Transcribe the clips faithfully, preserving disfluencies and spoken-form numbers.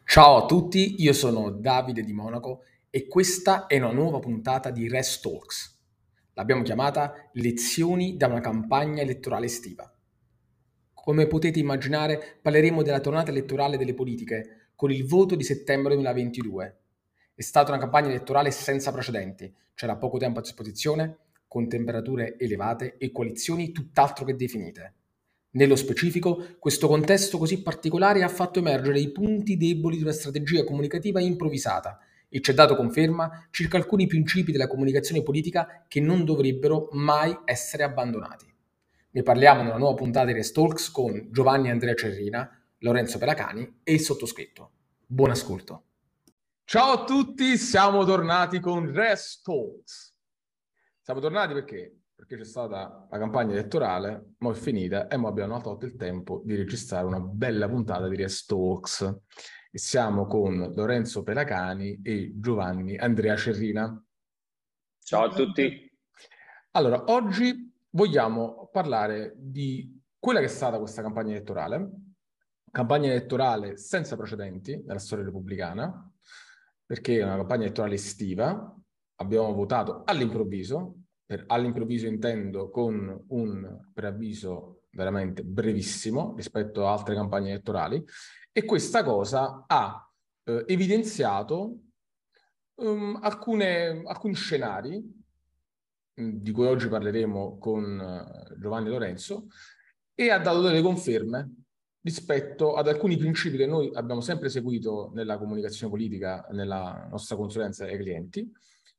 Ciao a tutti, io sono Davide di Monaco e questa è una nuova puntata di Rest Talks. L'abbiamo chiamata Lezioni da una campagna elettorale estiva. Come potete immaginare, parleremo della tornata elettorale delle politiche con il voto di settembre duemilaventidue. È stata una campagna elettorale senza precedenti, c'era poco tempo a disposizione, con temperature elevate e coalizioni tutt'altro che definite. Nello specifico, questo contesto così particolare ha fatto emergere i punti deboli di una strategia comunicativa improvvisata e ci ha dato conferma circa alcuni principi della comunicazione politica che non dovrebbero mai essere abbandonati. Ne parliamo nella nuova puntata di Rest Talks con Giovanni Andrea Cerrina, Lorenzo Pelacani e il sottoscritto. Buon ascolto. Ciao a tutti, siamo tornati con Rest Talks. Siamo tornati perché? Perché c'è stata la campagna elettorale, ma è finita e ora abbiamo tolto il tempo di registrare una bella puntata di Rest Talks. E siamo con Lorenzo Pelacani e Giovanni Andrea Cerrina. Ciao a tutti. Allora, oggi vogliamo parlare di quella che è stata questa campagna elettorale, campagna elettorale senza precedenti nella storia repubblicana, perché è una campagna elettorale estiva, abbiamo votato all'improvviso, per all'improvviso intendo con un preavviso veramente brevissimo rispetto a altre campagne elettorali, e questa cosa ha eh, evidenziato um, alcune, alcuni scenari di cui oggi parleremo con uh, Giovanni Lorenzo, e ha dato delle conferme rispetto ad alcuni principi che noi abbiamo sempre seguito nella comunicazione politica, nella nostra consulenza ai clienti.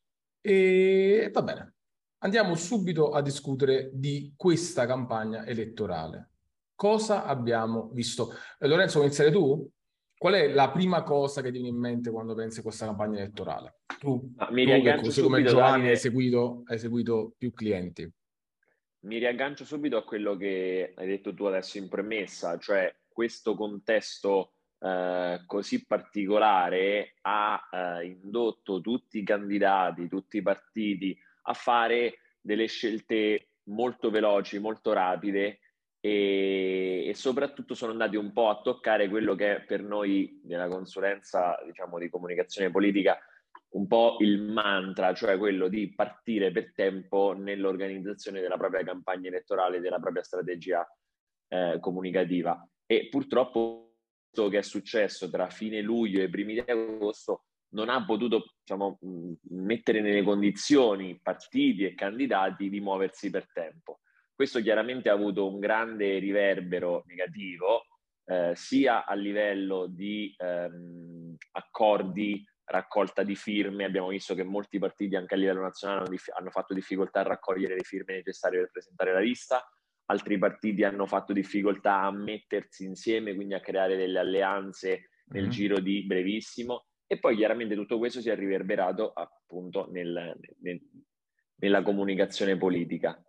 E va bene, andiamo subito a discutere di questa campagna elettorale. Cosa abbiamo visto? Eh, Lorenzo, vuoi iniziare tu? Qual è la prima cosa che ti viene in mente quando pensi a questa campagna elettorale? Tu, Ma mi tu che riaggancio così come subito, Giovanni hai Davide, seguito, hai seguito più clienti. mi riaggancio subito a quello che hai detto tu adesso in premessa, cioè questo contesto eh, così particolare ha eh, indotto tutti i candidati, tutti i partiti a fare delle scelte molto veloci, molto rapide e, e soprattutto sono andati un po' a toccare quello che è per noi nella consulenza, diciamo, di comunicazione politica un po' il mantra, cioè quello di partire per tempo nell'organizzazione della propria campagna elettorale, della propria strategia eh, comunicativa. E purtroppo questo che è successo tra fine luglio e i primi di agosto non ha potuto, diciamo, mettere nelle condizioni partiti e candidati di muoversi per tempo. Questo chiaramente ha avuto un grande riverbero negativo, eh, sia a livello di ehm, accordi, raccolta di firme. Abbiamo visto che molti partiti anche a livello nazionale hanno, dif- hanno fatto difficoltà a raccogliere le firme necessarie per presentare la lista, altri partiti hanno fatto difficoltà a mettersi insieme, quindi a creare delle alleanze nel Mm. giro di brevissimo, e poi chiaramente tutto questo si è riverberato appunto nel, nel, nella comunicazione politica.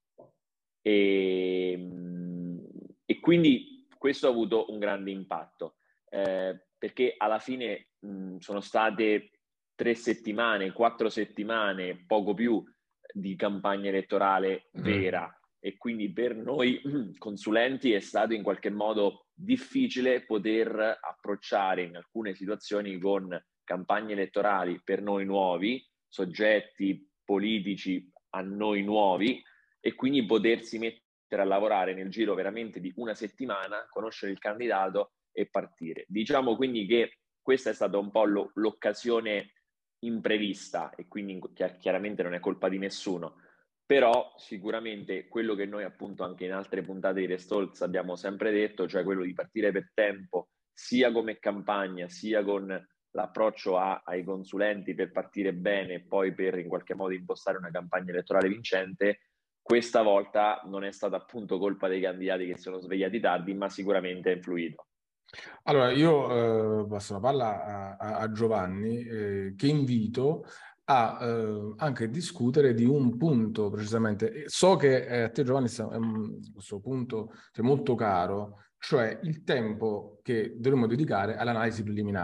E, e quindi questo ha avuto un grande impatto, eh, perché alla fine mh, sono state tre settimane, quattro settimane, poco più, di campagna elettorale Mm. vera, e quindi per noi consulenti è stato in qualche modo difficile poter approcciare in alcune situazioni con campagne elettorali per noi nuovi, soggetti politici a noi nuovi, e quindi potersi mettere a lavorare nel giro veramente di una settimana, conoscere il candidato e partire. Diciamo quindi che questa è stata un po' lo, l'occasione imprevista, e quindi chiaramente non è colpa di nessuno, però sicuramente quello che noi appunto anche in altre puntate di Restolz abbiamo sempre detto, cioè quello di partire per tempo, sia come campagna, sia con l'approccio a, ai consulenti per partire bene e poi per in qualche modo impostare una campagna elettorale vincente, questa volta non è stata appunto colpa dei candidati che si sono svegliati tardi, ma sicuramente ha influito. Allora, io eh, passo la palla a, a- a Giovanni, eh, che invito a eh, anche discutere di un punto precisamente. E so che eh, a te, Giovanni, sta- è un- questo punto ti è molto caro, cioè il tempo che dovremmo dedicare all'analisi preliminare.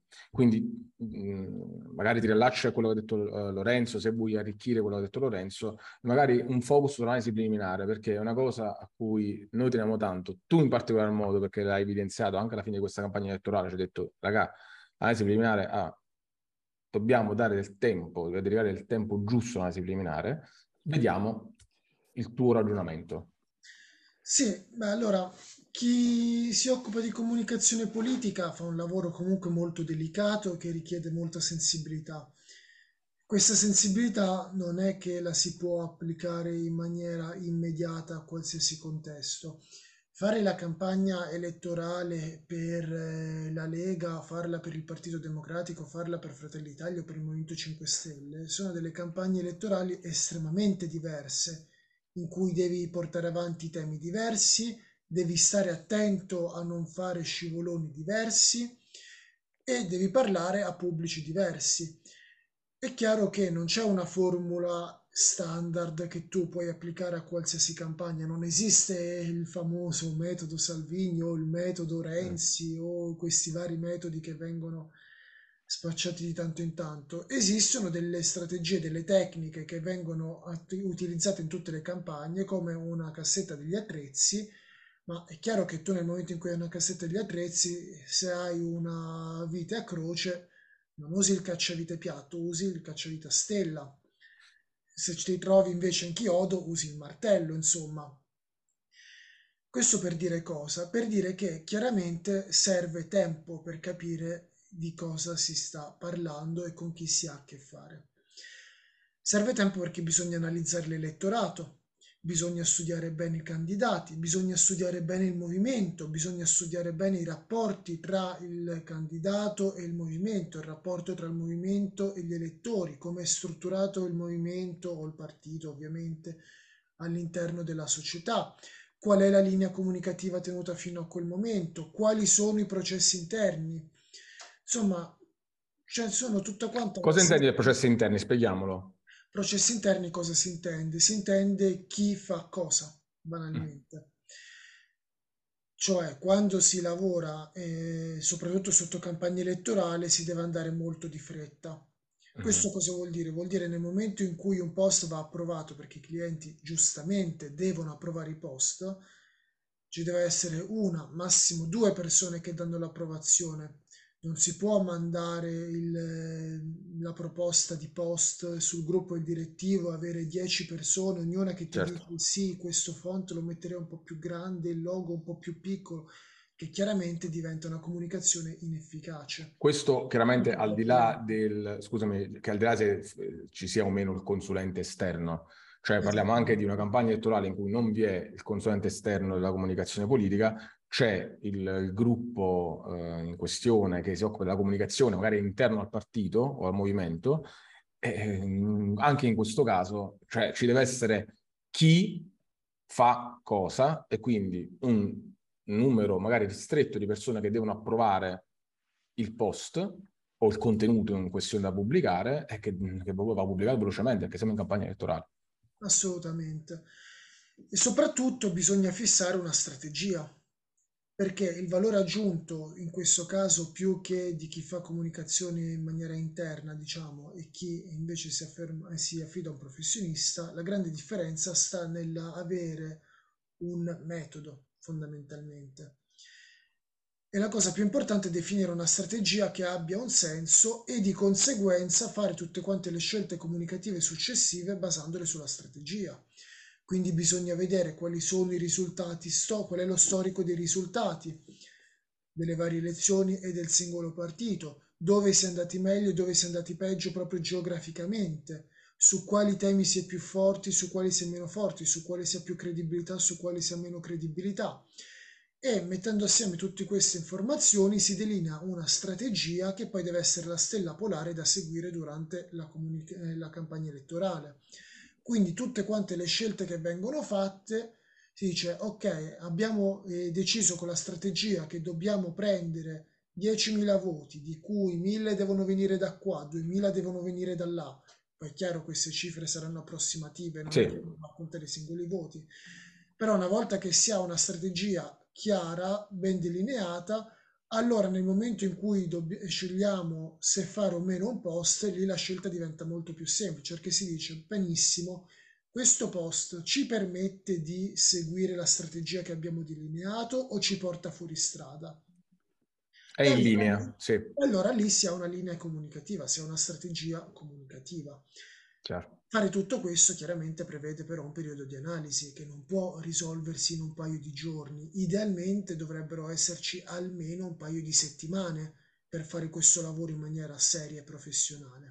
Quindi mh, magari ti rilacci a quello che ha detto uh, Lorenzo, se vuoi arricchire quello che ha detto Lorenzo, magari un focus sull'analisi preliminare, perché è una cosa a cui noi teniamo tanto, tu in particolar modo, perché l'hai evidenziato anche alla fine di questa campagna elettorale, ci hai detto, raga, l'analisi preliminare, ah, dobbiamo dare del tempo, deve dedicare del tempo giusto all'analisi preliminare, vediamo il tuo ragionamento. Sì, beh, allora, chi si occupa di comunicazione politica fa un lavoro comunque molto delicato che richiede molta sensibilità. Questa sensibilità non è che la si può applicare in maniera immediata a qualsiasi contesto. Fare la campagna elettorale per eh, la Lega, farla per il Partito Democratico, farla per Fratelli d'Italia o per il Movimento cinque Stelle sono delle campagne elettorali estremamente diverse in cui devi portare avanti temi diversi, devi stare attento a non fare scivoloni diversi e devi parlare a pubblici diversi. È chiaro che non c'è una formula standard che tu puoi applicare a qualsiasi campagna, non esiste il famoso metodo Salvini o il metodo Renzi o questi vari metodi che vengono spacciati di tanto in tanto. Esistono delle strategie, delle tecniche che vengono att- utilizzate in tutte le campagne come una cassetta degli attrezzi, ma è chiaro che tu nel momento in cui hai una cassetta degli attrezzi, se hai una vite a croce, non usi il cacciavite piatto, usi il cacciavite a stella. Se ti trovi invece in chiodo, usi il martello, insomma. Questo per dire cosa? Per dire che chiaramente serve tempo per capire di cosa si sta parlando e con chi si ha a che fare. Serve tempo perché bisogna analizzare l'elettorato, bisogna studiare bene i candidati, bisogna studiare bene il movimento, bisogna studiare bene i rapporti tra il candidato e il movimento, il rapporto tra il movimento e gli elettori, come è strutturato il movimento o il partito ovviamente all'interno della società, qual è la linea comunicativa tenuta fino a quel momento, quali sono i processi interni. Insomma, cioè sono tutta quanta una Cosa intendi serie per di processi interni? Spieghiamolo. processi interni. Cosa si intende? Si intende chi fa cosa, Mm. banalmente. Cioè, quando si lavora, eh, soprattutto sotto campagna elettorale, si deve andare molto di fretta. Questo Mm. cosa vuol dire? Vuol dire nel momento in cui un post va approvato, perché i clienti giustamente devono approvare i post, ci deve essere una, massimo due persone che danno l'approvazione. Non si può mandare il- la proposta di post sul gruppo il direttivo, avere dieci persone, ognuna che ti Certo. dice sì, questo font lo metterei un po' più grande, il logo un po' più piccolo, che chiaramente diventa una comunicazione inefficace. Questo chiaramente Anche per al la di là cliente. del, scusami, che al di là se eh, ci sia o meno il consulente esterno, cioè parliamo anche di una Esattamente. campagna elettorale in cui non vi è il consulente esterno della comunicazione politica, c'è il, il gruppo eh, in questione che si occupa della comunicazione, magari interno al partito o al movimento, e ehm, anche in questo caso, cioè, ci deve essere chi fa cosa e quindi un numero magari ristretto di persone che devono approvare il post o il contenuto in questione da pubblicare e che, che va pubblicato velocemente perché siamo in campagna elettorale. Assolutamente. E soprattutto bisogna fissare una strategia, perché il valore aggiunto in questo caso più che di chi fa comunicazione in maniera interna, diciamo, e chi invece si, afferma, si affida a un professionista, la grande differenza sta nell'avere un metodo, fondamentalmente. E la cosa più importante è definire una strategia che abbia un senso e di conseguenza fare tutte quante le scelte comunicative successive basandole sulla strategia. Quindi bisogna vedere quali sono i risultati, sto, qual è lo storico dei risultati delle varie elezioni e del singolo partito, dove si è andati meglio e dove si è andati peggio proprio geograficamente, su quali temi si è più forti, su quali si è meno forti, su quale si ha più credibilità, su quali si ha meno credibilità. E mettendo assieme tutte queste informazioni si delinea una strategia che poi deve essere la stella polare da seguire durante la, comunica- eh, la campagna elettorale. Quindi tutte quante le scelte che vengono fatte si dice ok, abbiamo eh, deciso con la strategia che dobbiamo prendere diecimila voti, di cui mille devono venire da qua, duemila devono venire da là. Poi è chiaro queste cifre saranno approssimative, non è che Sì, andiamo a contare i singoli voti, però una volta che si ha una strategia chiara, ben delineata, allora nel momento in cui dobb- scegliamo se fare o meno un post, lì la scelta diventa molto più semplice, perché si dice benissimo, questo post ci permette di seguire la strategia che abbiamo delineato o ci porta fuori strada. È E in allora, linea, sì, allora lì si ha una linea comunicativa, si ha una strategia comunicativa. chiaro. Fare tutto questo chiaramente prevede però un periodo di analisi che non può risolversi in un paio di giorni. Idealmente dovrebbero esserci almeno un paio di settimane per fare questo lavoro in maniera seria e professionale.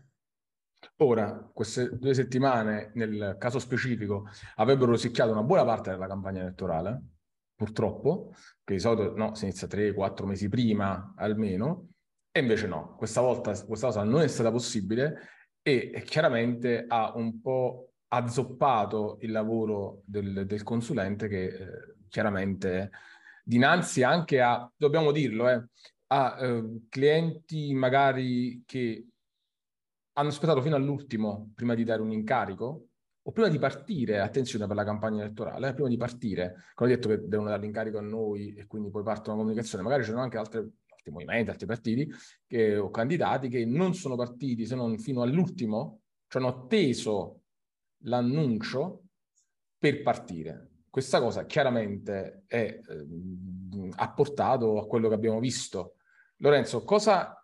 Ora, queste due settimane, nel caso specifico, avrebbero rosicchiato una buona parte della campagna elettorale, purtroppo, che di solito no, si inizia tre quattro mesi prima almeno, e invece no, questa volta questa cosa non è stata possibile e, e chiaramente ha un po' azzoppato il lavoro del, del consulente che eh, chiaramente dinanzi anche a, dobbiamo dirlo, eh, a eh, clienti magari che hanno aspettato fino all'ultimo prima di dare un incarico o prima di partire, attenzione per la campagna elettorale, eh, prima di partire, come ho detto che devono dare l'incarico a noi e quindi poi parte una comunicazione, magari c'erano anche altre, altri movimenti, altri partiti che, o candidati che non sono partiti se non fino all'ultimo, cioè hanno atteso l'annuncio per partire. Questa cosa chiaramente è, ehm, ha portato a quello che abbiamo visto. Lorenzo, cosa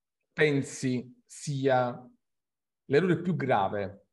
pensi sia l'errore più grave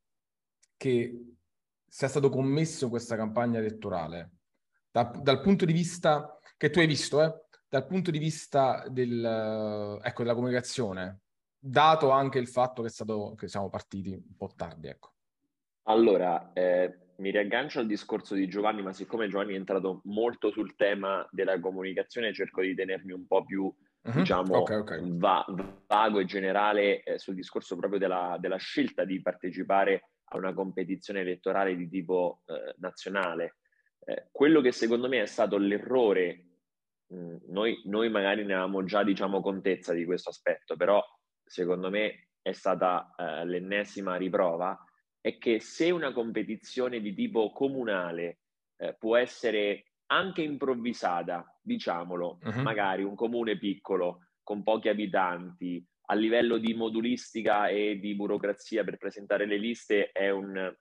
che sia stato commesso in questa campagna elettorale? Da- dal punto di vista che tu hai visto, eh, dal punto di vista del, eh, ecco, della comunicazione, dato anche il fatto che, è stato, che siamo partiti un po' tardi, ecco. Allora, eh, mi riaggancio al discorso di Giovanni, ma siccome Giovanni è entrato molto sul tema della comunicazione, cerco di tenermi un po' più, Mhm. Ok, diciamo, ok. va- vago e generale eh, sul discorso proprio della, della scelta di partecipare a una competizione elettorale di tipo eh, nazionale. Eh, quello che secondo me è stato l'errore, mh, noi, noi magari ne avevamo già, diciamo, contezza di questo aspetto, però secondo me è stata eh, l'ennesima riprova è che se una competizione di tipo comunale eh, può essere anche improvvisata, diciamolo, Mhm. magari un comune piccolo con pochi abitanti, a livello di modulistica e di burocrazia per presentare le liste è un,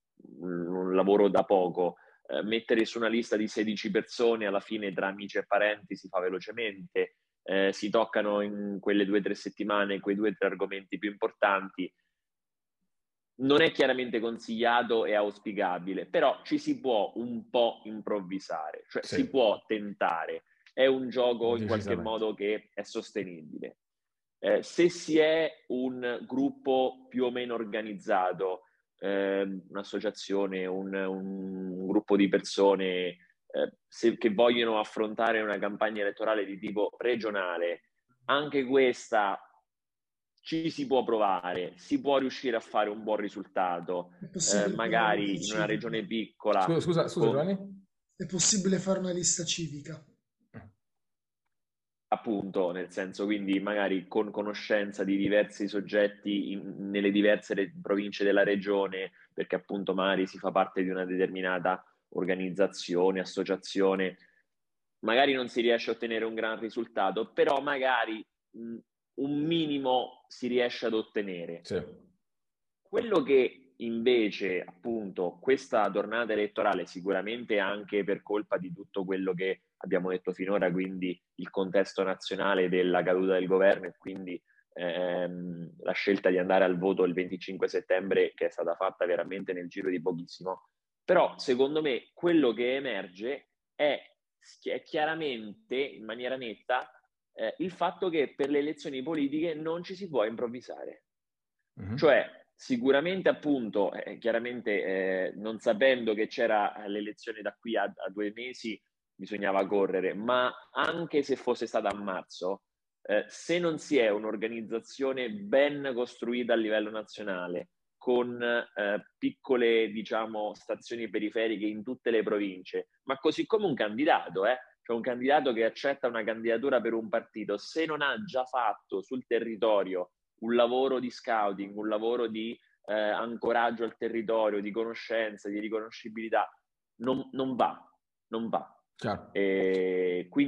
un lavoro da poco. Eh, mettere su una lista di sedici persone alla fine tra amici e parenti si fa velocemente, eh, si toccano in quelle due o tre settimane quei due o tre argomenti più importanti. Non è chiaramente consigliato e auspicabile, però ci si può un po' improvvisare, cioè Sì, si può tentare. È un gioco in qualche decisamente. modo che è sostenibile. Eh, se si è un gruppo più o meno organizzato, eh, un'associazione, un, un, gruppo di persone eh, se, che vogliono affrontare una campagna elettorale di tipo regionale, anche questa ci si può provare, si può riuscire a fare un buon risultato, È eh, possibile fare una lista magari in una civica. regione piccola, Scusa, scusa, scusa con, Giovanni? È possibile fare una lista civica. appunto, nel senso quindi magari con conoscenza di diversi soggetti in, nelle diverse re- province della regione, perché appunto magari si fa parte di una determinata organizzazione, associazione, magari non si riesce a ottenere un gran risultato, però magari mh, un minimo si riesce ad ottenere. Sì, Quello che invece, appunto, questa tornata elettorale, sicuramente anche per colpa di tutto quello che abbiamo detto finora, quindi il contesto nazionale della caduta del governo e quindi ehm, la scelta di andare al voto il venticinque settembre, che è stata fatta veramente nel giro di pochissimo. Però, secondo me, quello che emerge è, è chiaramente, in maniera netta, eh, il fatto che per le elezioni politiche non ci si può improvvisare. mhm. Cioè, sicuramente appunto, eh, chiaramente eh, non sapendo che c'era l'elezione da qui a, a due mesi, bisognava correre, ma anche se fosse stata a marzo, eh, se non si è un'organizzazione ben costruita a livello nazionale, con eh, piccole, diciamo, stazioni periferiche in tutte le province, ma così come un candidato, eh, cioè un candidato che accetta una candidatura per un partito, se non ha già fatto sul territorio un lavoro di scouting, un lavoro di eh, ancoraggio al territorio, di conoscenza, di riconoscibilità, non, non va, non va. Chiaro. E quindi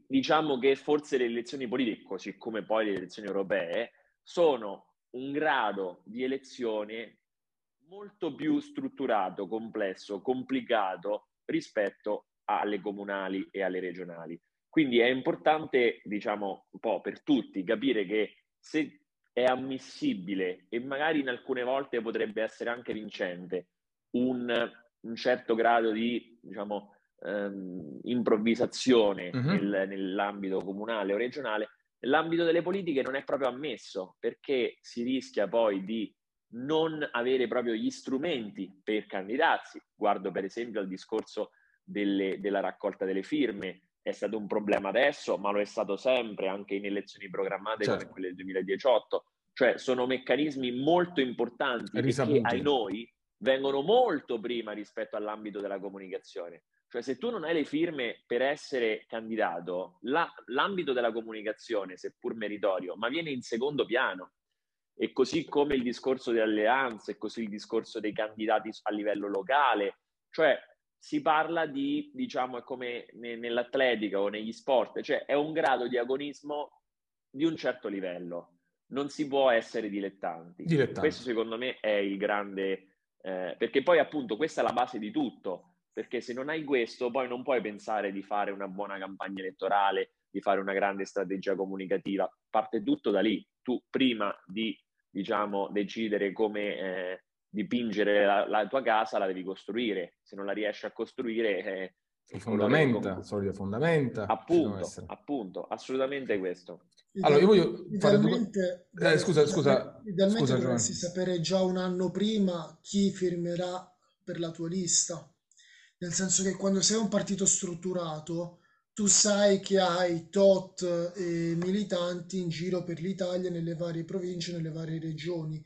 diciamo che forse le elezioni politiche, così come poi le elezioni europee, sono un grado di elezione molto più strutturato, complesso, complicato rispetto alle comunali e alle regionali. Quindi è importante, diciamo, un po' per tutti capire che se è ammissibile e magari in alcune volte potrebbe essere anche vincente un, un certo grado di, diciamo, ehm, improvvisazione Mhm. nel, nell'ambito comunale o regionale, nell'ambito delle politiche non è proprio ammesso, perché si rischia poi di non avere proprio gli strumenti per candidarsi. Guardo per esempio al discorso delle, della raccolta delle firme. È stato un problema adesso, ma lo è stato sempre anche in elezioni programmate Certo. come quelle del duemiladiciotto. Cioè sono meccanismi molto importanti e che, Risaputi. ai noi, vengono molto prima rispetto all'ambito della comunicazione. Cioè se tu non hai le firme per essere candidato, la, l'ambito della comunicazione, seppur meritorio, ma viene in secondo piano. E così come il discorso delle alleanze, e così il discorso dei candidati a livello locale, cioè si parla di, diciamo, è come ne, nell'atletica o negli sport, cioè è un grado di agonismo di un certo livello, non si può essere dilettanti. Dilettanti. Questo secondo me è il grande, eh, perché poi appunto questa è la base di tutto, perché se non hai questo poi non puoi pensare di fare una buona campagna elettorale, di fare una grande strategia comunicativa, parte tutto da lì. Tu prima di, diciamo, decidere come eh, dipingere la, la tua casa la devi costruire, se non la riesci a costruire eh, Le il colore fondamenta, con... solide fondamenta, ci devono appunto, essere. appunto, assolutamente questo. Allora, io Ideal- voglio fare due... Idealmente, Eh, vorresti scusa, sapere, scusa, idealmente scusa dovresti Giovanni. sapere già un anno prima chi firmerà per la tua lista. Nel senso che quando sei un partito strutturato, tu sai che hai tot eh, militanti in giro per l'Italia, nelle varie province, nelle varie regioni.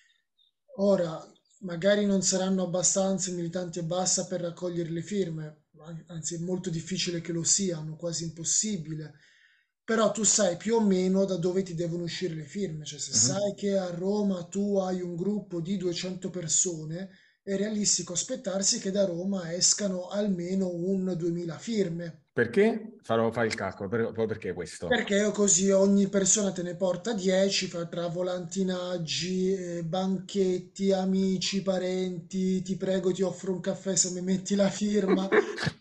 Ora, magari non saranno abbastanza i militanti e basta per raccogliere le firme, anzi è molto difficile che lo siano, quasi impossibile. Però tu sai più o meno da dove ti devono uscire le firme, cioè se Mhm. sai che a Roma tu hai un gruppo di duecento persone, è realistico aspettarsi che da Roma escano almeno un duemila firme. Perché? Farò fare il calcolo, per- poi perché questo? Perché così ogni persona te ne porta dieci, fa tra volantinaggi, eh, banchetti, amici, parenti, ti prego, ti offro un caffè se mi metti la firma.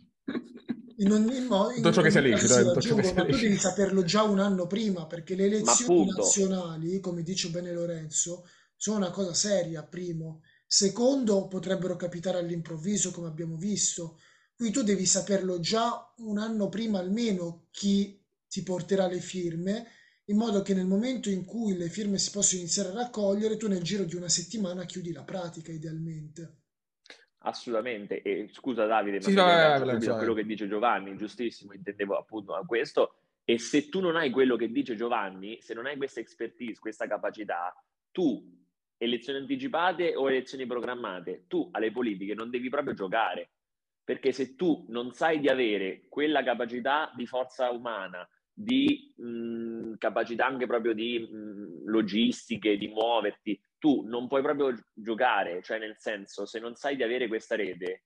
In ogni, mo- Tutto in ciò che sia ogni caso lecito, si eh, tutto ciò che raggiungono, sia ma tu devi lecito. saperlo già un anno prima, perché le Ma elezioni appunto, nazionali, come dice bene Lorenzo, sono una cosa seria, primo. Secondo, potrebbero capitare all'improvviso, come abbiamo visto. Qui tu devi saperlo già un anno prima almeno chi ti porterà le firme, in modo che nel momento in cui le firme si possono iniziare a raccogliere, tu nel giro di una settimana chiudi la pratica, idealmente. assolutamente. E scusa Davide, ma Sì, mi vai, vai, riaggancio vai, subito a quello vai. che dice Giovanni, giustissimo, intendevo appunto a questo. E se tu non hai quello che dice Giovanni, se non hai questa expertise, questa capacità, tu, elezioni anticipate o elezioni programmate, tu alle politiche non devi proprio giocare, perché se tu non sai di avere quella capacità di forza umana, di mh, capacità anche proprio di mh, logistiche, di muoverti, tu non puoi proprio giocare, cioè nel senso, se non sai di avere questa rete,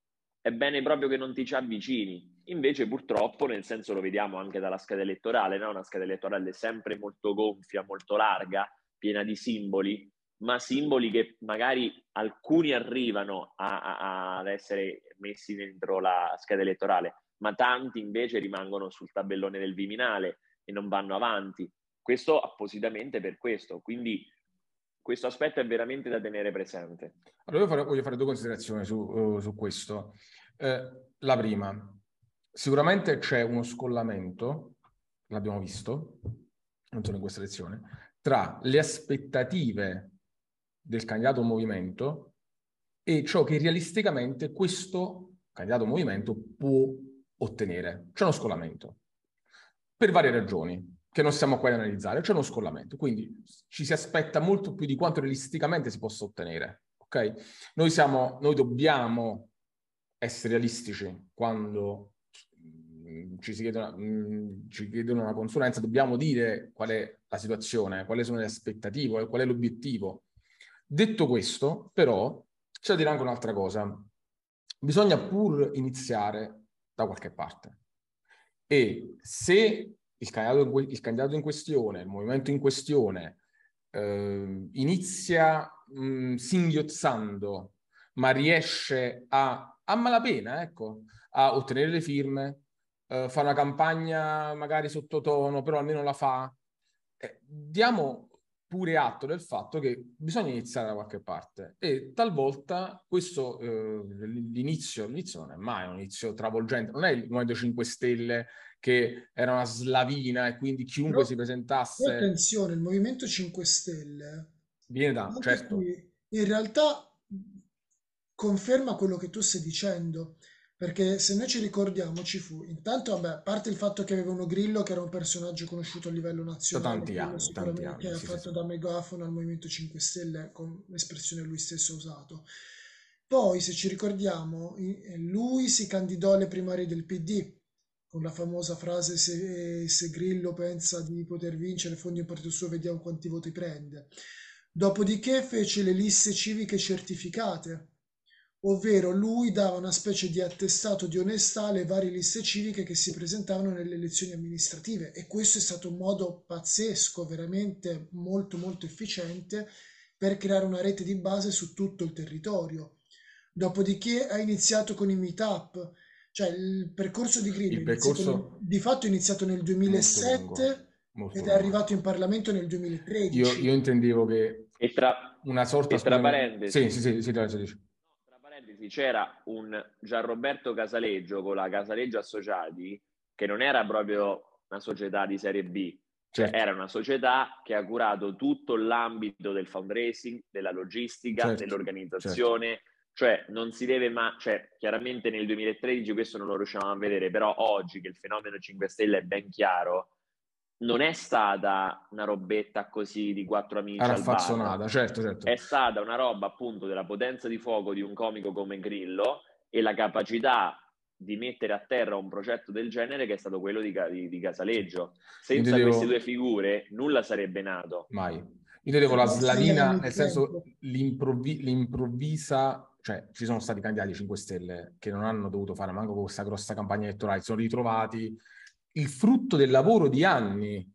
è bene proprio che non ti ci avvicini. Invece purtroppo, nel senso lo vediamo anche dalla scheda elettorale, no? Una scheda elettorale sempre molto gonfia, molto larga, piena di simboli, ma simboli che magari alcuni arrivano a, a, ad essere messi dentro la scheda elettorale, ma tanti invece rimangono sul tabellone del Viminale e non vanno avanti. Questo appositamente per questo, quindi questo aspetto è veramente da tenere presente. Allora io fare- voglio fare due considerazioni su, uh, su questo. Eh, la prima, sicuramente c'è uno scollamento, l'abbiamo visto, non solo in questa lezione, tra le aspettative del candidato movimento e ciò che realisticamente questo candidato movimento può ottenere. C'è uno scollamento, per varie ragioni, che non stiamo qua ad analizzare. C'è uno scollamento, quindi ci si aspetta molto più di quanto realisticamente si possa ottenere. Ok? Noi siamo, noi dobbiamo essere realistici quando mh, ci si chiede una, mh, ci chiedono una consulenza, dobbiamo dire qual è la situazione, quali sono le aspettative, qual è l'obiettivo. Detto questo, però, c'è da dire anche un'altra cosa. Bisogna pur iniziare da qualche parte. E se il candidato, il candidato in questione, il movimento in questione, eh, inizia mh, singhiozzando, ma riesce a, a malapena, ecco, a ottenere le firme, eh, fa una campagna magari sottotono, però almeno la fa, eh, diamo pure atto del fatto che bisogna iniziare da qualche parte, e talvolta questo, eh, l'inizio, l'inizio non è mai un inizio travolgente, non è il Movimento cinque Stelle che era una slavina e quindi chiunque Però, si però presentasse attenzione, il Movimento cinque Stelle, viene da, anche certo, qui, in realtà conferma quello che tu stai dicendo, perché se noi ci ricordiamo ci fu, intanto, vabbè, a parte il fatto che avevano Grillo, che era un personaggio conosciuto a livello da nazionale, tanti quello anni, tanti sicuramente che anni, ha sì, sì, fatto sì. da megafono al Movimento cinque Stelle, con l'espressione lui stesso usato. Poi, se ci ricordiamo, i- lui si candidò alle primarie del P D, con la famosa frase se, se Grillo pensa di poter vincere, fondi un partito suo, vediamo quanti voti prende. Dopodiché fece le liste civiche certificate, ovvero lui dava una specie di attestato di onestà alle varie liste civiche che si presentavano nelle elezioni amministrative, e questo è stato un modo pazzesco, veramente molto molto efficiente per creare una rete di base su tutto il territorio. Dopodiché ha iniziato con i meetup, cioè il percorso di Grillo Il è iniziato nel- percorso di fatto è iniziato nel è molto lungo, duemilasette molto ed è lungo. arrivato in Parlamento nel Io, io duemilatredici. intendevo che E tra, una sorta, e tra scusami, sì, parentesi, sì, sì, sì, Lorenzo, dici. tra parentesi, c'era un Gianroberto Casaleggio con la Casaleggio Associati, che non era proprio una società di serie B, cioè Certo, era una società che ha curato tutto l'ambito del fundraising, della logistica, certo, certo. dell'organizzazione, cioè non si deve mai, cioè chiaramente nel duemilatredici questo non lo riusciamo a vedere, però oggi che il fenomeno cinque Stelle è ben chiaro, non è stata una robetta così di quattro amici al bar, Raffazzonata, certo, certo. è stata una roba appunto della potenza di fuoco di un comico come Grillo e la capacità di mettere a terra un progetto del genere che è stato quello di, di, di Certo. Casaleggio. Io Senza queste due intendevo, figure nulla sarebbe nato. mai. Io intendevo la Però sei anni slavina, di nel senso tempo. l'improvvi- l'improvvisa, cioè ci sono stati candidati cinque Stelle che non hanno dovuto fare manco questa grossa campagna elettorale, si sono ritrovati il frutto del lavoro di anni,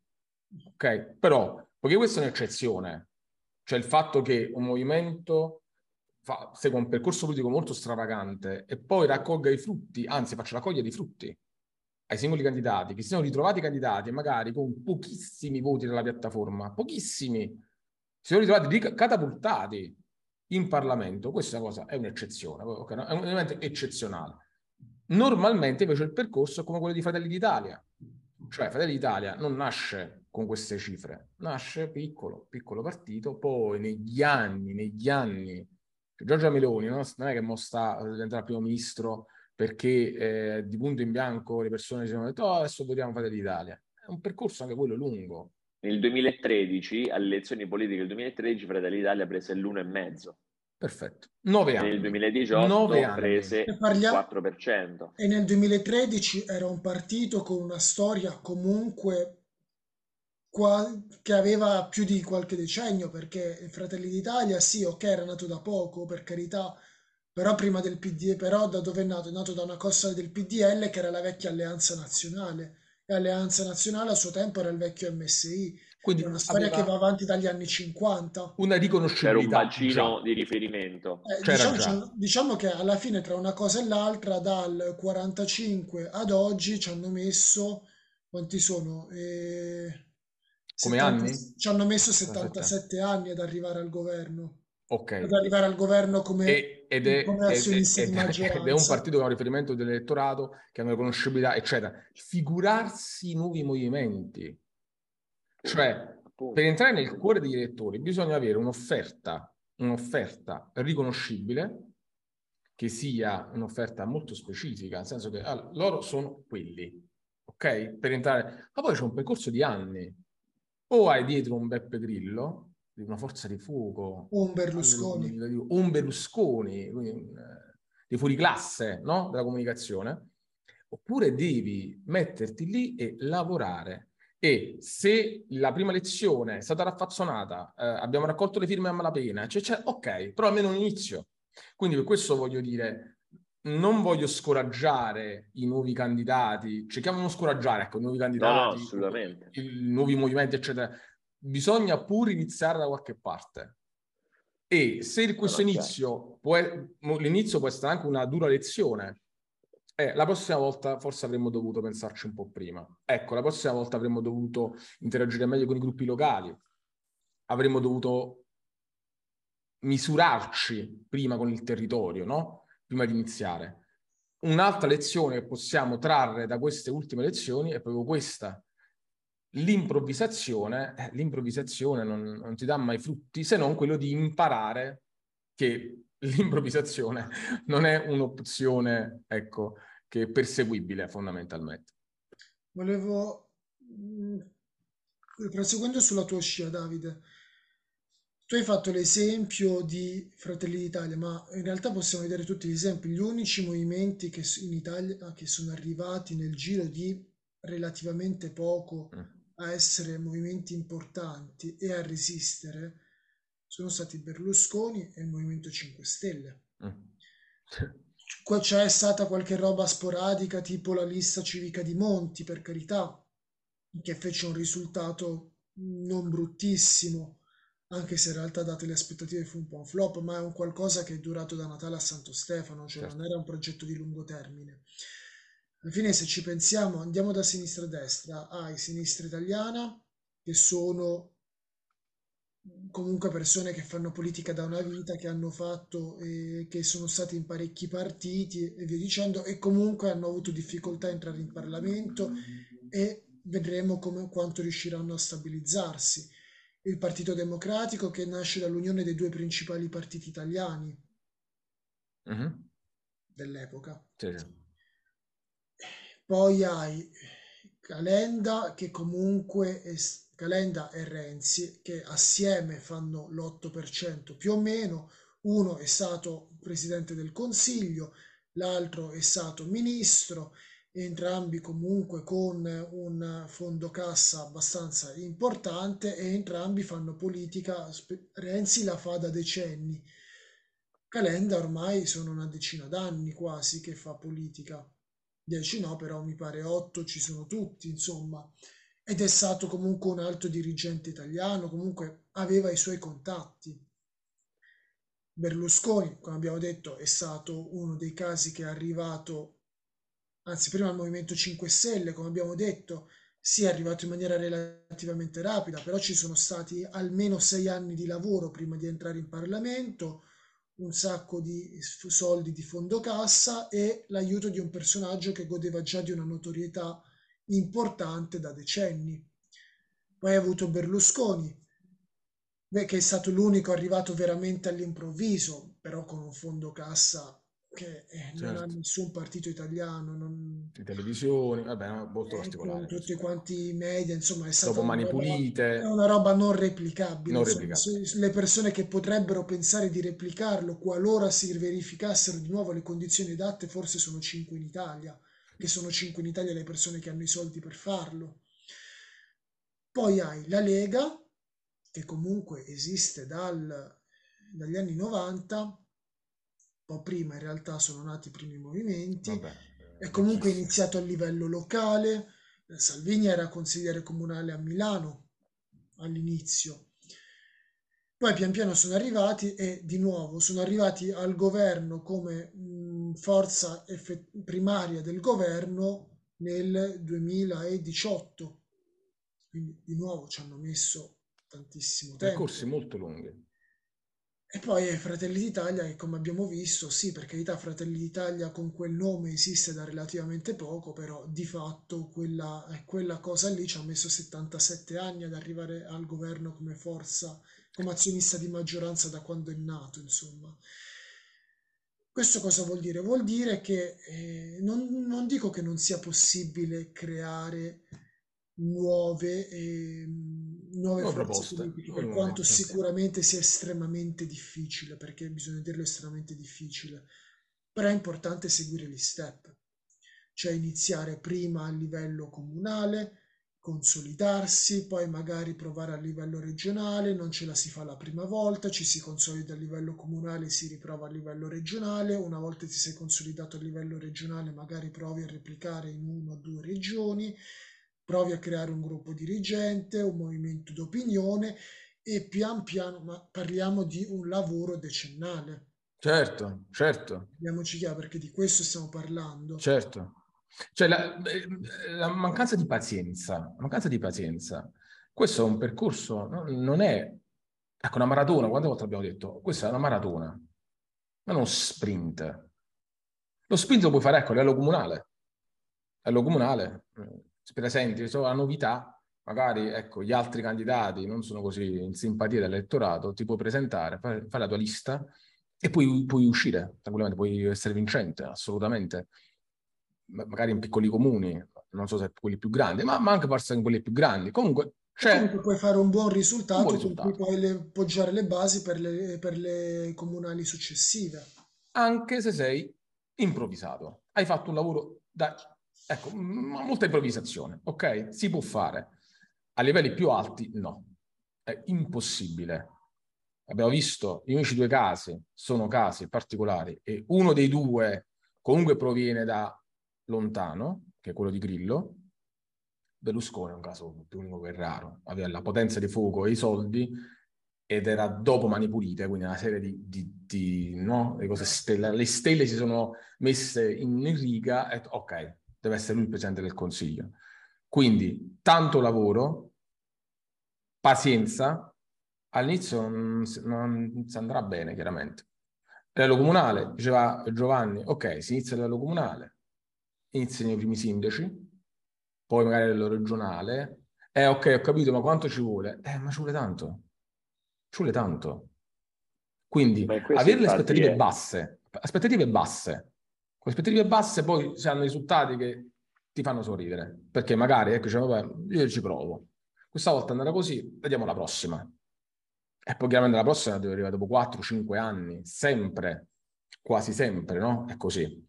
ok? Però, poiché questa è un'eccezione, cioè il fatto che un movimento fa, segua un percorso politico molto stravagante e poi raccolga i frutti, anzi faccia la coglia dei frutti ai singoli candidati, che si siano ritrovati candidati magari con pochissimi voti dalla piattaforma, pochissimi, si sono ritrovati catapultati in Parlamento. Questa cosa è un'eccezione, okay? È un elemento eccezionale. Normalmente invece il percorso è come quello di Fratelli d'Italia, cioè Fratelli d'Italia non nasce con queste cifre, nasce piccolo, piccolo partito, poi negli anni, negli anni, Giorgia Meloni no? Non è che mo sta diventando primo ministro perché eh, di punto in bianco le persone si sono detto oh, adesso votiamo Fratelli d'Italia. È un percorso anche quello lungo. Nel duemilatredici, alle elezioni politiche del duemilatredici, Fratelli d'Italia prese l'uno virgola cinque Perfetto. Nove e nel anni. Nove duemiladiciotto anni. E, prese il parlia- quattro per cento. e nel duemilatredici era un partito con una storia comunque qua- che aveva più di qualche decennio, perché Fratelli d'Italia, sì, ok, era nato da poco, per carità, però prima del P D, però da dove è nato? È nato da una cosa del P D L che era la vecchia Alleanza Nazionale, e Alleanza Nazionale a suo tempo era il vecchio M S I, è una Quindi storia che va aveva avanti dagli anni cinquanta. una C'era un riconoscibilità bacino già. di riferimento. Eh, C'era diciamo, già. c'hanno- diciamo che alla fine tra una cosa e l'altra, dal quarantacinque ad oggi ci hanno messo, quanti sono? Eh, Come settanta anni? ci hanno messo settantasette. settantasette anni ad arrivare al governo, Ok. ad arrivare al governo come, E, ed, è, come ed, è, azionista di ed è- ed è un maggioranza. partito che ha un riferimento dell'elettorato, che ha una riconoscibilità, eccetera. Figurarsi nuovi movimenti. Appunto, Cioè, per appunto. entrare nel cuore degli elettori bisogna avere un'offerta, un'offerta riconoscibile, che sia un'offerta molto specifica, nel senso che allora, loro sono quelli, ok? Per entrare... Ma poi c'è un percorso di anni. O hai dietro un Beppe Grillo, di una forza di fuoco, O un Berlusconi. o un Berlusconi, quindi, eh, di fuoriclasse, no? Della comunicazione, oppure devi metterti lì e lavorare. E se la prima lezione è stata raffazzonata, eh, abbiamo raccolto le firme a malapena, cioè, cioè, ok, però almeno un inizio. Quindi per questo voglio dire, non voglio scoraggiare i nuovi candidati, cerchiamo di non scoraggiare, ecco, i nuovi No, no, candidati, assolutamente. i, i nuovi movimenti, eccetera. Bisogna pure iniziare da qualche parte. E se il- No, questo no, certo. inizio può, e- mo- l'inizio può essere anche una dura lezione, eh, la prossima volta forse avremmo dovuto pensarci un po' prima. Ecco, la prossima volta avremmo dovuto interagire meglio con i gruppi locali, avremmo dovuto misurarci prima con il territorio, no? Prima di iniziare. Un'altra lezione che possiamo trarre da queste ultime lezioni è proprio questa. L'improvvisazione, eh, l'improvvisazione non, non ti dà mai frutti se non quello di imparare che l'improvvisazione non è un'opzione, ecco, che è perseguibile fondamentalmente. Volevo, mh, proseguendo sulla tua scia, Davide, tu hai fatto l'esempio di Fratelli d'Italia, ma in realtà possiamo vedere tutti gli esempi. Gli unici movimenti che s- in Italia che sono arrivati nel giro di relativamente poco Mm. a essere movimenti importanti e a resistere sono stati Berlusconi e il Movimento cinque Stelle. Mm. Qua c'è stata qualche roba sporadica, tipo la lista civica di Monti, per carità, che fece un risultato non bruttissimo, anche se in realtà date le aspettative fu un po' un flop, ma è un qualcosa che è durato da Natale a Santo Stefano, cioè non Certo. era un progetto di lungo termine. Alla fine, se ci pensiamo, andiamo da sinistra a destra, hai Sinistra Italiana, che sono comunque persone che fanno politica da una vita, che hanno fatto, eh, che sono stati in parecchi partiti e via dicendo, e comunque hanno avuto difficoltà a entrare in Parlamento e vedremo come, quanto riusciranno a stabilizzarsi. Il Partito Democratico che nasce dall'unione dei due principali partiti italiani Mhm. dell'epoca. Sì, sì. Poi hai Calenda che comunque è, Calenda e Renzi che assieme fanno l'otto per cento più o meno, uno è stato presidente del Consiglio, l'altro è stato ministro, entrambi comunque con un fondo cassa abbastanza importante e entrambi fanno politica, Renzi la fa da decenni, Calenda ormai sono una decina d'anni quasi che fa politica. Dieci no, però mi pare otto ci sono tutti, insomma. Ed è stato comunque un alto dirigente italiano, comunque aveva i suoi contatti. Berlusconi, come abbiamo detto, è stato uno dei casi che è arrivato, anzi prima al Movimento cinque Stelle, come abbiamo detto, sì, è arrivato in maniera relativamente rapida, però ci sono stati almeno sei anni di lavoro prima di entrare in Parlamento, un sacco di soldi di fondo cassa e l'aiuto di un personaggio che godeva già di una notorietà importante da decenni. Poi hai avuto Berlusconi, beh, che è stato l'unico arrivato veramente all'improvviso, però con un fondo cassa che eh, non ha Certo. nessun partito italiano, non, Di televisioni, vabbè, no, molto eh, con particolare tutti questo. quanti i media, insomma, è stata Dopo una Mani roba, è Pulite, una roba non replicabile. non Insomma, replicabile. se- le persone che potrebbero pensare di replicarlo qualora si verificassero di nuovo le condizioni adatte, forse sono cinque in Italia, che sono cinque in Italia le persone che hanno i soldi per farlo. Poi hai la Lega, che comunque esiste dal- dagli anni novanta, un po' prima in realtà sono nati i primi movimenti, Vabbè, è eh, comunque vecchissimo. iniziato a livello locale. eh, Salvini era consigliere comunale a Milano all'inizio. Poi pian piano sono arrivati e di nuovo sono arrivati al governo come mh, forza effe- primaria del governo nel duemiladiciotto. Quindi di nuovo ci hanno messo tantissimo Percorsi tempo. molto lunghi. E poi Fratelli d'Italia, che come abbiamo visto, sì, per carità, Fratelli d'Italia con quel nome esiste da relativamente poco, però di fatto quella, eh, quella cosa lì ci ha messo settantasette anni ad arrivare al governo come forza, come azionista di maggioranza da quando è nato, insomma. Questo cosa vuol dire? Vuol dire che eh, non, non dico che non sia possibile creare nuove, ehm, nuove Nuove forze proposte. politiche, Nuove, per nuove, quanto sì. sicuramente sia estremamente difficile, perché bisogna dirlo estremamente difficile, però è importante seguire gli step, cioè iniziare prima a livello comunale, consolidarsi, poi magari provare a livello regionale, non ce la si fa la prima volta, ci si consolida a livello comunale, si riprova a livello regionale, una volta ti sei consolidato a livello regionale magari provi a replicare in una o due regioni, provi a creare un gruppo dirigente, un movimento d'opinione e pian piano, ma parliamo di un lavoro decennale. Certo, certo, Parliamoci chiaro perché di questo stiamo parlando. certo. Cioè la, la mancanza di pazienza, la mancanza di pazienza, questo è un percorso, no? Non è, ecco, una maratona, quante volte abbiamo detto? Questa è una maratona, non è uno sprint. Lo sprint lo puoi fare, ecco, a livello comunale. A livello comunale, eh, si presenti, so, la novità, magari, ecco, gli altri candidati non sono così in simpatia dell'elettorato, ti puoi presentare, fare, fare la tua lista e poi puoi uscire, tranquillamente, puoi essere vincente, assolutamente. Ma- magari in piccoli comuni, non so se quelli più grandi, ma, ma anche forse in quelli più grandi. Comunque E comunque c'è puoi fare un buon un buon risultato con cui risultato, poi le- poggiare le basi per le, per le comunali successive. anche se sei improvvisato. Hai fatto un lavoro da, ecco, m- molta improvvisazione, ok? Si può fare. A livelli più alti, no. È impossibile. Abbiamo visto, gli unici due casi sono casi particolari e uno dei due comunque proviene da lontano, che è quello di Grillo. Berlusconi è un caso più unico che raro, aveva la potenza di fuoco e i soldi ed era dopo Mani Pulite, quindi una serie di, di, di, no? Le cose stelle, le stelle si sono messe in riga e ok, deve essere lui il Presidente del Consiglio. Quindi tanto lavoro, pazienza, all'inizio non, non si andrà bene chiaramente. A livello comunale, diceva Giovanni, ok, si inizia a livello comunale, iniziano i primi sindaci, poi magari a livello regionale, eh ok, ho capito, ma quanto ci vuole? Eh, ma ci vuole tanto, ci vuole tanto. Quindi Ma questo avere le infatti aspettative è, basse, aspettative basse, con le aspettative basse poi si hanno risultati che ti fanno sorridere, perché magari, ecco, diciamo, vabbè, io ci provo, questa volta è andata così, vediamo la prossima. E poi chiaramente la prossima deve arrivare dopo quattro cinque anni, sempre, quasi sempre, no? È così.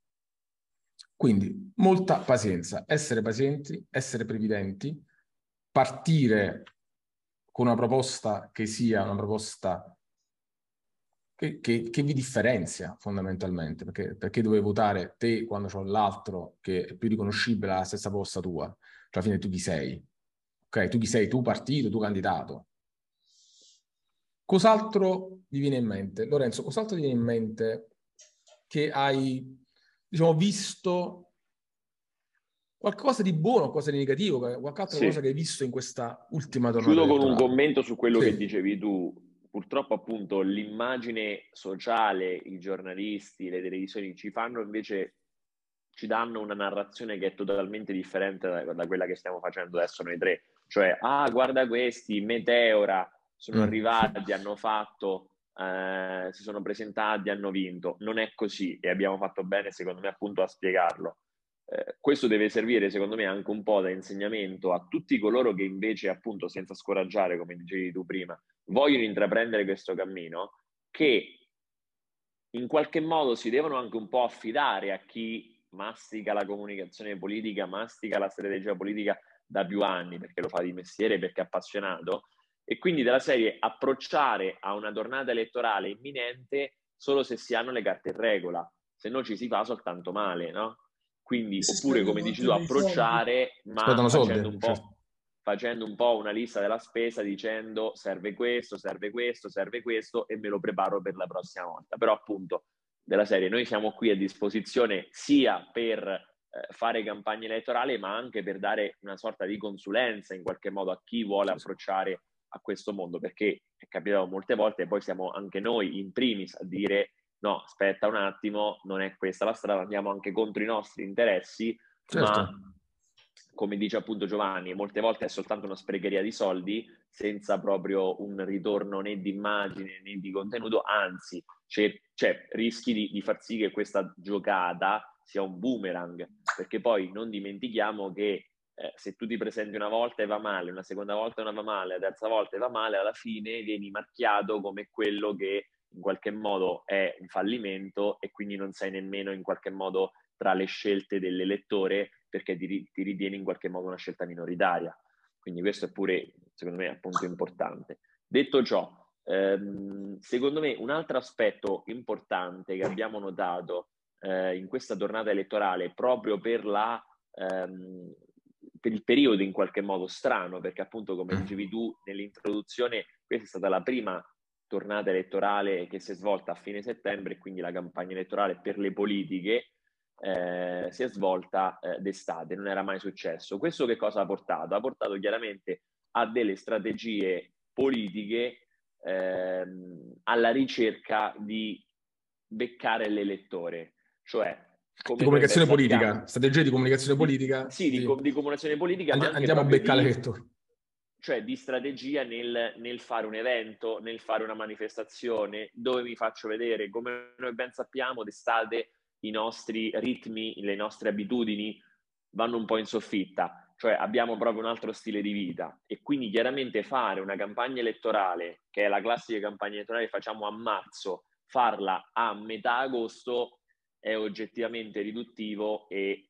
Quindi molta pazienza, essere pazienti, essere previdenti, partire con una proposta che sia una proposta che, che, che vi differenzia fondamentalmente, perché, perché dovevi votare te quando c'ho l'altro che è più riconoscibile alla stessa proposta tua? Cioè, alla fine tu chi sei? Ok, tu chi sei? Tu partito, tu candidato. Cos'altro ti viene in mente? Lorenzo, cos'altro ti viene in mente che hai, diciamo, visto qualcosa di buono, qualcosa di negativo, qualche altra cosa sì. che hai visto in questa ultima tornata Chiudo con un elettorale? commento su quello che Sì, dicevi tu. Purtroppo, appunto, l'immagine sociale, i giornalisti, le televisioni ci fanno invece, ci danno una narrazione che è totalmente differente da, da quella che stiamo facendo adesso noi tre. Cioè, ah, guarda questi, Meteora, sono mm. arrivati, hanno fatto, eh, si sono presentati, hanno vinto. Non è così e abbiamo fatto bene, secondo me, appunto, a spiegarlo. Eh, questo deve servire, secondo me, anche un po' da insegnamento a tutti coloro che invece, appunto, senza scoraggiare, come dicevi tu prima, vogliono intraprendere questo cammino, che in qualche modo si devono anche un po' affidare a chi mastica la comunicazione politica, mastica la strategia politica da più anni, perché lo fa di mestiere, perché è appassionato, e quindi della serie approcciare a una tornata elettorale imminente solo se si hanno le carte in regola, se no ci si fa soltanto male, no? E Quindi, si oppure, come spendono dici anche tu, dei soldi. approcciare, ma Spendono facendo soldi, un certo. po', facendo un po' una lista della spesa dicendo serve questo, serve questo, serve questo e me lo preparo per la prossima volta. Però appunto della serie noi siamo qui a disposizione sia per eh, fare campagna elettorale ma anche per dare una sorta di consulenza in qualche modo a chi vuole Sì, sì. approcciare a questo mondo, perché è capitato molte volte e poi siamo anche noi in primis a dire no, aspetta un attimo, non è questa la strada, andiamo anche contro i nostri interessi, Certo, ma come dice appunto Giovanni, molte volte è soltanto una sprecheria di soldi senza proprio un ritorno né di immagine né di contenuto, anzi, c'è, cioè, rischi di, di far sì che questa giocata sia un boomerang, perché poi non dimentichiamo che eh, se tu ti presenti una volta e va male, una seconda volta non va male, la terza volta e va male, alla fine vieni marchiato come quello che in qualche modo è un fallimento e quindi non sei nemmeno in qualche modo tra le scelte dell'elettore perché ti, ti ritieni in qualche modo una scelta minoritaria. Quindi questo è pure, secondo me, appunto importante. Detto ciò, ehm, secondo me un altro aspetto importante che abbiamo notato eh, in questa tornata elettorale, proprio per la ehm, per il periodo in qualche modo strano, perché appunto, come dicevi tu nell'introduzione, questa è stata la prima tornata elettorale che si è svolta a fine settembre, e quindi la campagna elettorale per le politiche eh, si è svolta eh, d'estate, non era mai successo. Questo che cosa ha portato? Ha portato chiaramente a delle strategie politiche ehm, alla ricerca di beccare l'elettore, cioè Di come noi ben comunicazione sappiamo, politica, strategie di comunicazione di, politica, sì, di, di... di comunicazione politica, Andi- ma anche andiamo a proprio beccare di, l'elettore. cioè di strategia nel, nel fare un evento, nel fare una manifestazione, dove mi faccio vedere. Come noi ben sappiamo, d'estate i nostri ritmi, le nostre abitudini vanno un po' in soffitta, cioè abbiamo proprio un altro stile di vita, e quindi chiaramente fare una campagna elettorale, che è la classica campagna elettorale che facciamo a marzo, farla a metà agosto è oggettivamente riduttivo e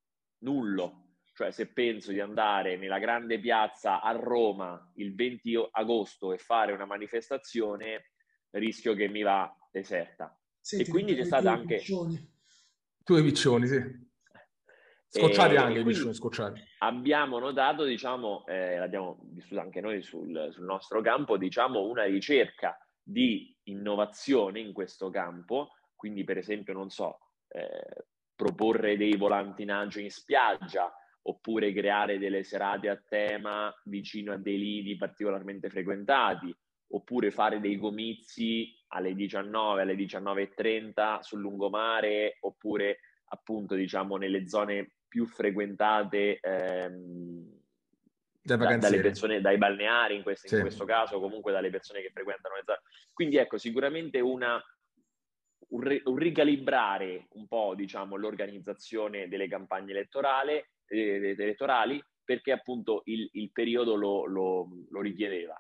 nullo. Cioè, se penso di andare nella grande piazza a Roma il venti agosto e fare una manifestazione, rischio che mi va deserta. Sì, E ti quindi c'è ritrovi stata tu i anche... piccioni. Tu e i piccioni, sì. Scocciati E, anche e i piccioni, quindi scocciati. abbiamo notato, diciamo, eh, l'abbiamo vissuto anche noi sul, sul nostro campo, diciamo, una ricerca di innovazione in questo campo. Quindi, per esempio, non so, eh, proporre dei volantinaggio in spiaggia, oppure creare delle serate a tema vicino a dei lidi particolarmente frequentati, oppure fare dei comizi alle diciannove, alle diciannove e trenta sul lungomare, oppure appunto, diciamo, nelle zone più frequentate ehm, Dai da, dalle vacanzieri. persone, dai balneari in questo, in Sì. questo caso, comunque dalle persone che frequentano le zone. Quindi ecco, sicuramente una, un, re, un ricalibrare un po', diciamo, l'organizzazione delle campagne elettorali, eh, elettorali perché appunto il, il periodo lo, lo, lo richiedeva.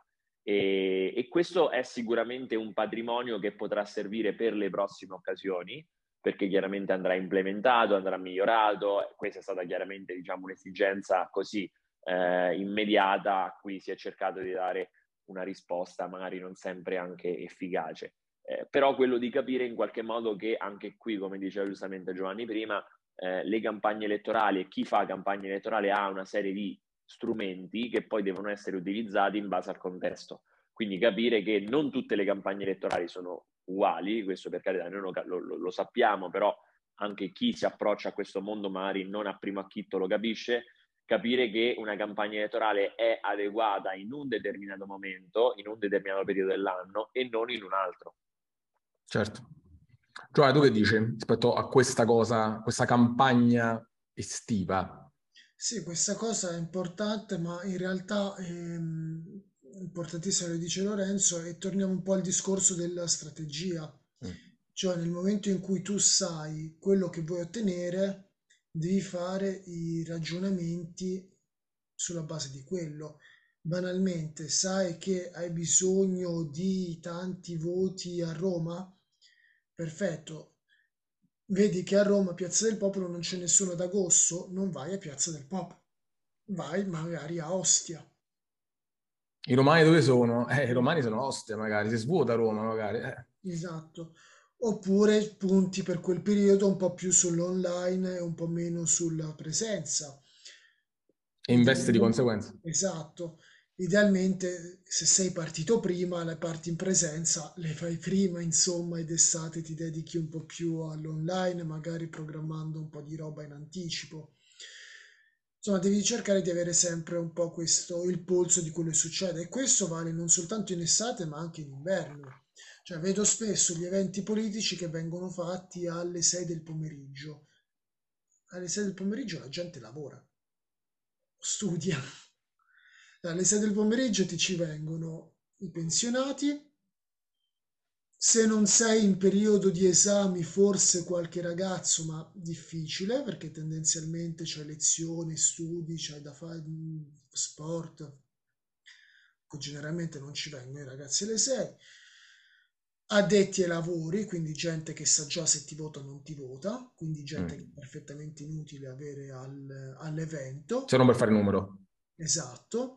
E, e questo è sicuramente un patrimonio che potrà servire per le prossime occasioni, perché chiaramente andrà implementato, andrà migliorato. Questa è stata chiaramente, diciamo, un'esigenza così eh, immediata a cui si è cercato di dare una risposta magari non sempre anche efficace. Eh, però quello di capire in qualche modo che anche qui, come diceva giustamente Giovanni prima, eh, le campagne elettorali e chi fa campagna elettorale ha una serie di strumenti che poi devono essere utilizzati in base al contesto. Quindi capire che non tutte le campagne elettorali sono uguali, questo per carità noi lo, lo, lo sappiamo, però anche chi si approccia a questo mondo magari non a primo acchitto lo capisce. Capire che una campagna elettorale è adeguata in un determinato momento, in un determinato periodo dell'anno e non in un altro. Certo. Giovanni, tu che dici rispetto a questa cosa, questa campagna estiva? Sì, questa cosa è importante, ma in realtà ehm, importantissimo, lo dice Lorenzo, e torniamo un po' al discorso della strategia. Mm. Cioè, nel momento in cui tu sai quello che vuoi ottenere, devi fare i ragionamenti sulla base di quello. Banalmente, sai che hai bisogno di tanti voti a Roma? Perfetto. Vedi che a Roma, Piazza del Popolo, non c'è nessuno ad agosto, non vai a Piazza del Popolo, vai magari a Ostia. I romani dove sono? Eh, i romani sono a Ostia, magari, si svuota Roma, magari. Eh. Esatto. Oppure punti per quel periodo un po' più sull'online e un po' meno sulla presenza. E investe di Idealmente, conseguenza. esatto. Idealmente, se sei partito prima, le parti in presenza le fai prima, insomma, ed estate ti dedichi un po' più all'online, magari programmando un po' di roba in anticipo. Insomma, devi cercare di avere sempre un po' questo, il polso di quello che succede. E questo vale non soltanto in estate, ma anche in inverno. Cioè, vedo spesso gli eventi politici che vengono fatti alle sei del pomeriggio. Alle sei del pomeriggio la gente lavora, studia. Alle sei del pomeriggio ti ci vengono i pensionati. Se non sei in periodo di esami, forse qualche ragazzo, ma difficile perché tendenzialmente c'è lezioni, studi, c'hai da fare sport. Generalmente non ci vengono i ragazzi alle sei. addetti ai lavori, quindi gente che sa già se ti vota o non ti vota, quindi gente che è Mm. perfettamente inutile avere al- all'evento. Se non per fare numero. Esatto.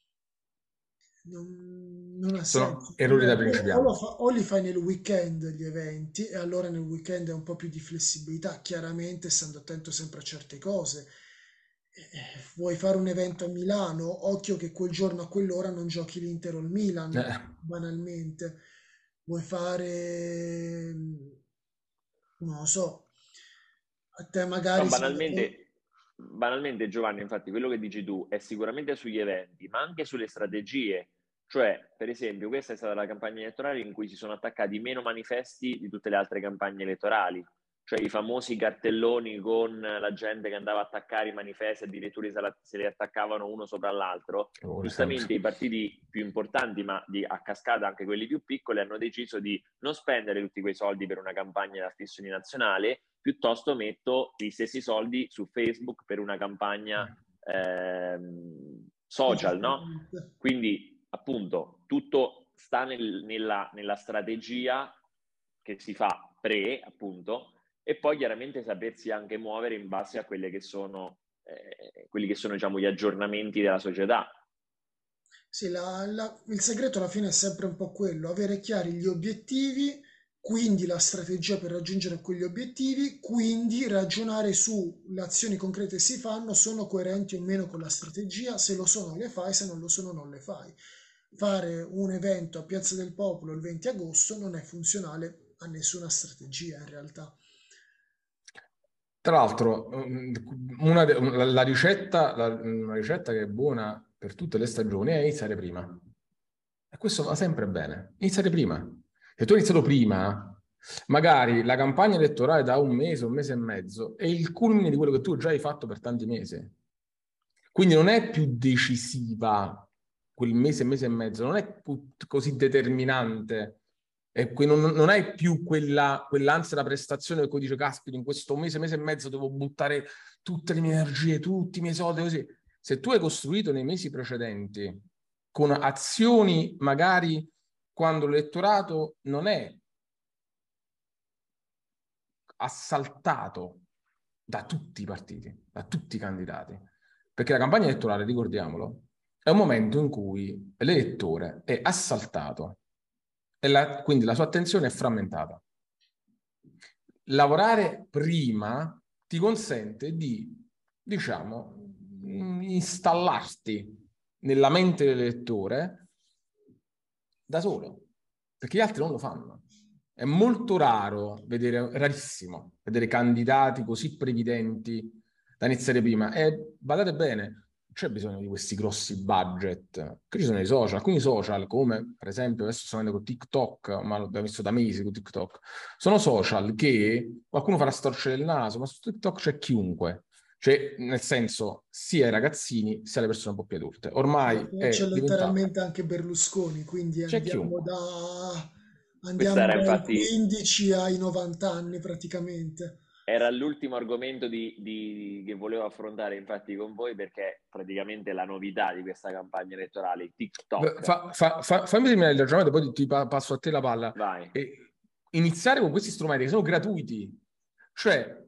Non, non ha Sono senso. errori O, da o- o lo principianti. fa- o li fai nel weekend gli eventi, e allora nel weekend è un po' più di flessibilità, chiaramente stando attento sempre a certe cose. Eh, Vuoi fare un evento a Milano? Occhio che quel giorno a quell'ora non giochi l'Inter o il Milan, Eh, banalmente. Vuoi fare, non lo so, a te No, magari se... banalmente, banalmente Giovanni, infatti, quello che dici tu è sicuramente sugli eventi, ma anche sulle strategie. Cioè, per esempio, questa è stata la campagna elettorale in cui si sono attaccati meno manifesti di tutte le altre campagne elettorali. Cioè, i famosi cartelloni con la gente che andava a attaccare i manifesti, addirittura se, la- se li attaccavano uno sopra l'altro. ora sempre. Giustamente i partiti più importanti, ma di, a cascata anche quelli più piccoli, hanno deciso di non spendere tutti quei soldi per una campagna di affiszioni nazionale, piuttosto metto gli stessi soldi su Facebook per una campagna ehm, social, no? Esattamente. Quindi, appunto, tutto sta nel- nella, nella strategia che si fa pre, appunto, e poi chiaramente sapersi anche muovere in base a quelle che sono, eh, quelli che sono, diciamo, gli aggiornamenti della società. Sì, la- la- il segreto alla fine è sempre un po' quello, avere chiari gli obiettivi, quindi la strategia per raggiungere quegli obiettivi, quindi ragionare su le azioni concrete che si fanno, sono coerenti o meno con la strategia, se lo sono le fai, se non lo sono non le fai. Fare un evento a Piazza del Popolo il venti agosto non è funzionale a nessuna strategia in realtà. Tra l'altro, mm, una de- la, la ricetta, la- una ricetta che è buona per tutte le stagioni è iniziare prima. E questo va sempre bene. Iniziare prima. Se tu hai iniziato prima, magari la campagna elettorale da un mese, un mese e mezzo, è il culmine di quello che tu già hai fatto per tanti mesi. Quindi non è più decisiva quel mese, mese e mezzo, non è più così determinante. E qui non, non hai più quella, quell'ansia da prestazione per cui dice, caspita, in questo mese, mese e mezzo devo buttare tutte le mie energie, tutti i miei soldi, così. Se tu hai costruito nei mesi precedenti con azioni magari quando l'elettorato non è assaltato da tutti i partiti, da tutti i candidati. Perché la campagna elettorale, ricordiamolo, è un momento in cui l'elettore è assaltato e la, quindi la sua attenzione è frammentata. Lavorare prima ti consente di, diciamo, installarti nella mente dell'elettore da solo, perché gli altri non lo fanno. È molto raro vedere, rarissimo, vedere candidati così previdenti da iniziare prima. E badate bene, non c'è bisogno di questi grossi budget, che ci sono i social, alcuni social, come per esempio adesso sto vedendo con TikTok, ma l'abbiamo visto da mesi con TikTok, sono social che qualcuno farà storcere il naso, ma su TikTok c'è chiunque. Cioè, nel senso, sia i ragazzini, sia le persone un po' più adulte. Ormai C'è è diventato... letteralmente anche Berlusconi, quindi C'è andiamo chiunque. da, Questa andiamo era dai infatti quindici ai novanta anni praticamente. Era l'ultimo argomento di, di- che volevo affrontare infatti con voi perché praticamente la novità di questa campagna elettorale, TikTok. Fa- fa- fa- fammi terminare il ragionamento, poi ti pa- passo a te la palla. Vai. E iniziare con questi strumenti che sono gratuiti, cioè,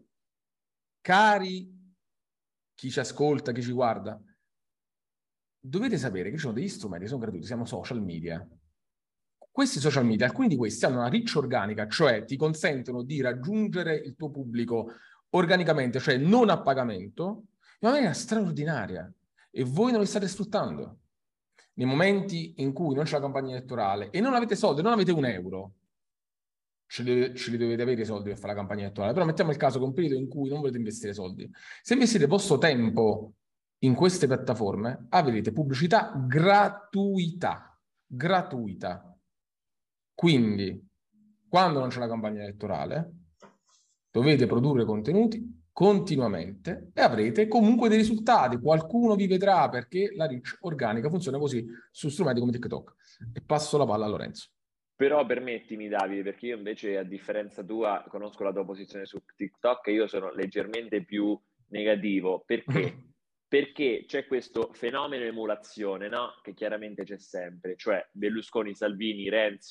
cari chi ci ascolta, chi ci guarda, dovete sapere che ci sono degli strumenti che sono gratuiti, si chiamano social media. Questi social media, alcuni di questi hanno una reach organica, cioè ti consentono di raggiungere il tuo pubblico organicamente, cioè non a pagamento, in maniera straordinaria. E voi non li state sfruttando. Nei momenti in cui non c'è la campagna elettorale e non avete soldi, non avete un euro, ce li, ce li dovete avere i soldi per fare la campagna elettorale. Però mettiamo il caso che è un periodo in cui non volete investire soldi. Se investite il vostro tempo in queste piattaforme, avrete pubblicità gratuita. Gratuita. Quindi, quando non c'è la campagna elettorale, dovete produrre contenuti continuamente e avrete comunque dei risultati. Qualcuno vi vedrà perché la reach organica funziona così su strumenti come TikTok. E passo la palla a Lorenzo. Però permettimi, Davide, perché io invece, a differenza tua, conosco la tua posizione su TikTok e io sono leggermente più negativo. Perché? Perché c'è questo fenomeno emulazione, no? Che chiaramente c'è sempre, cioè Berlusconi, Salvini, Renzi,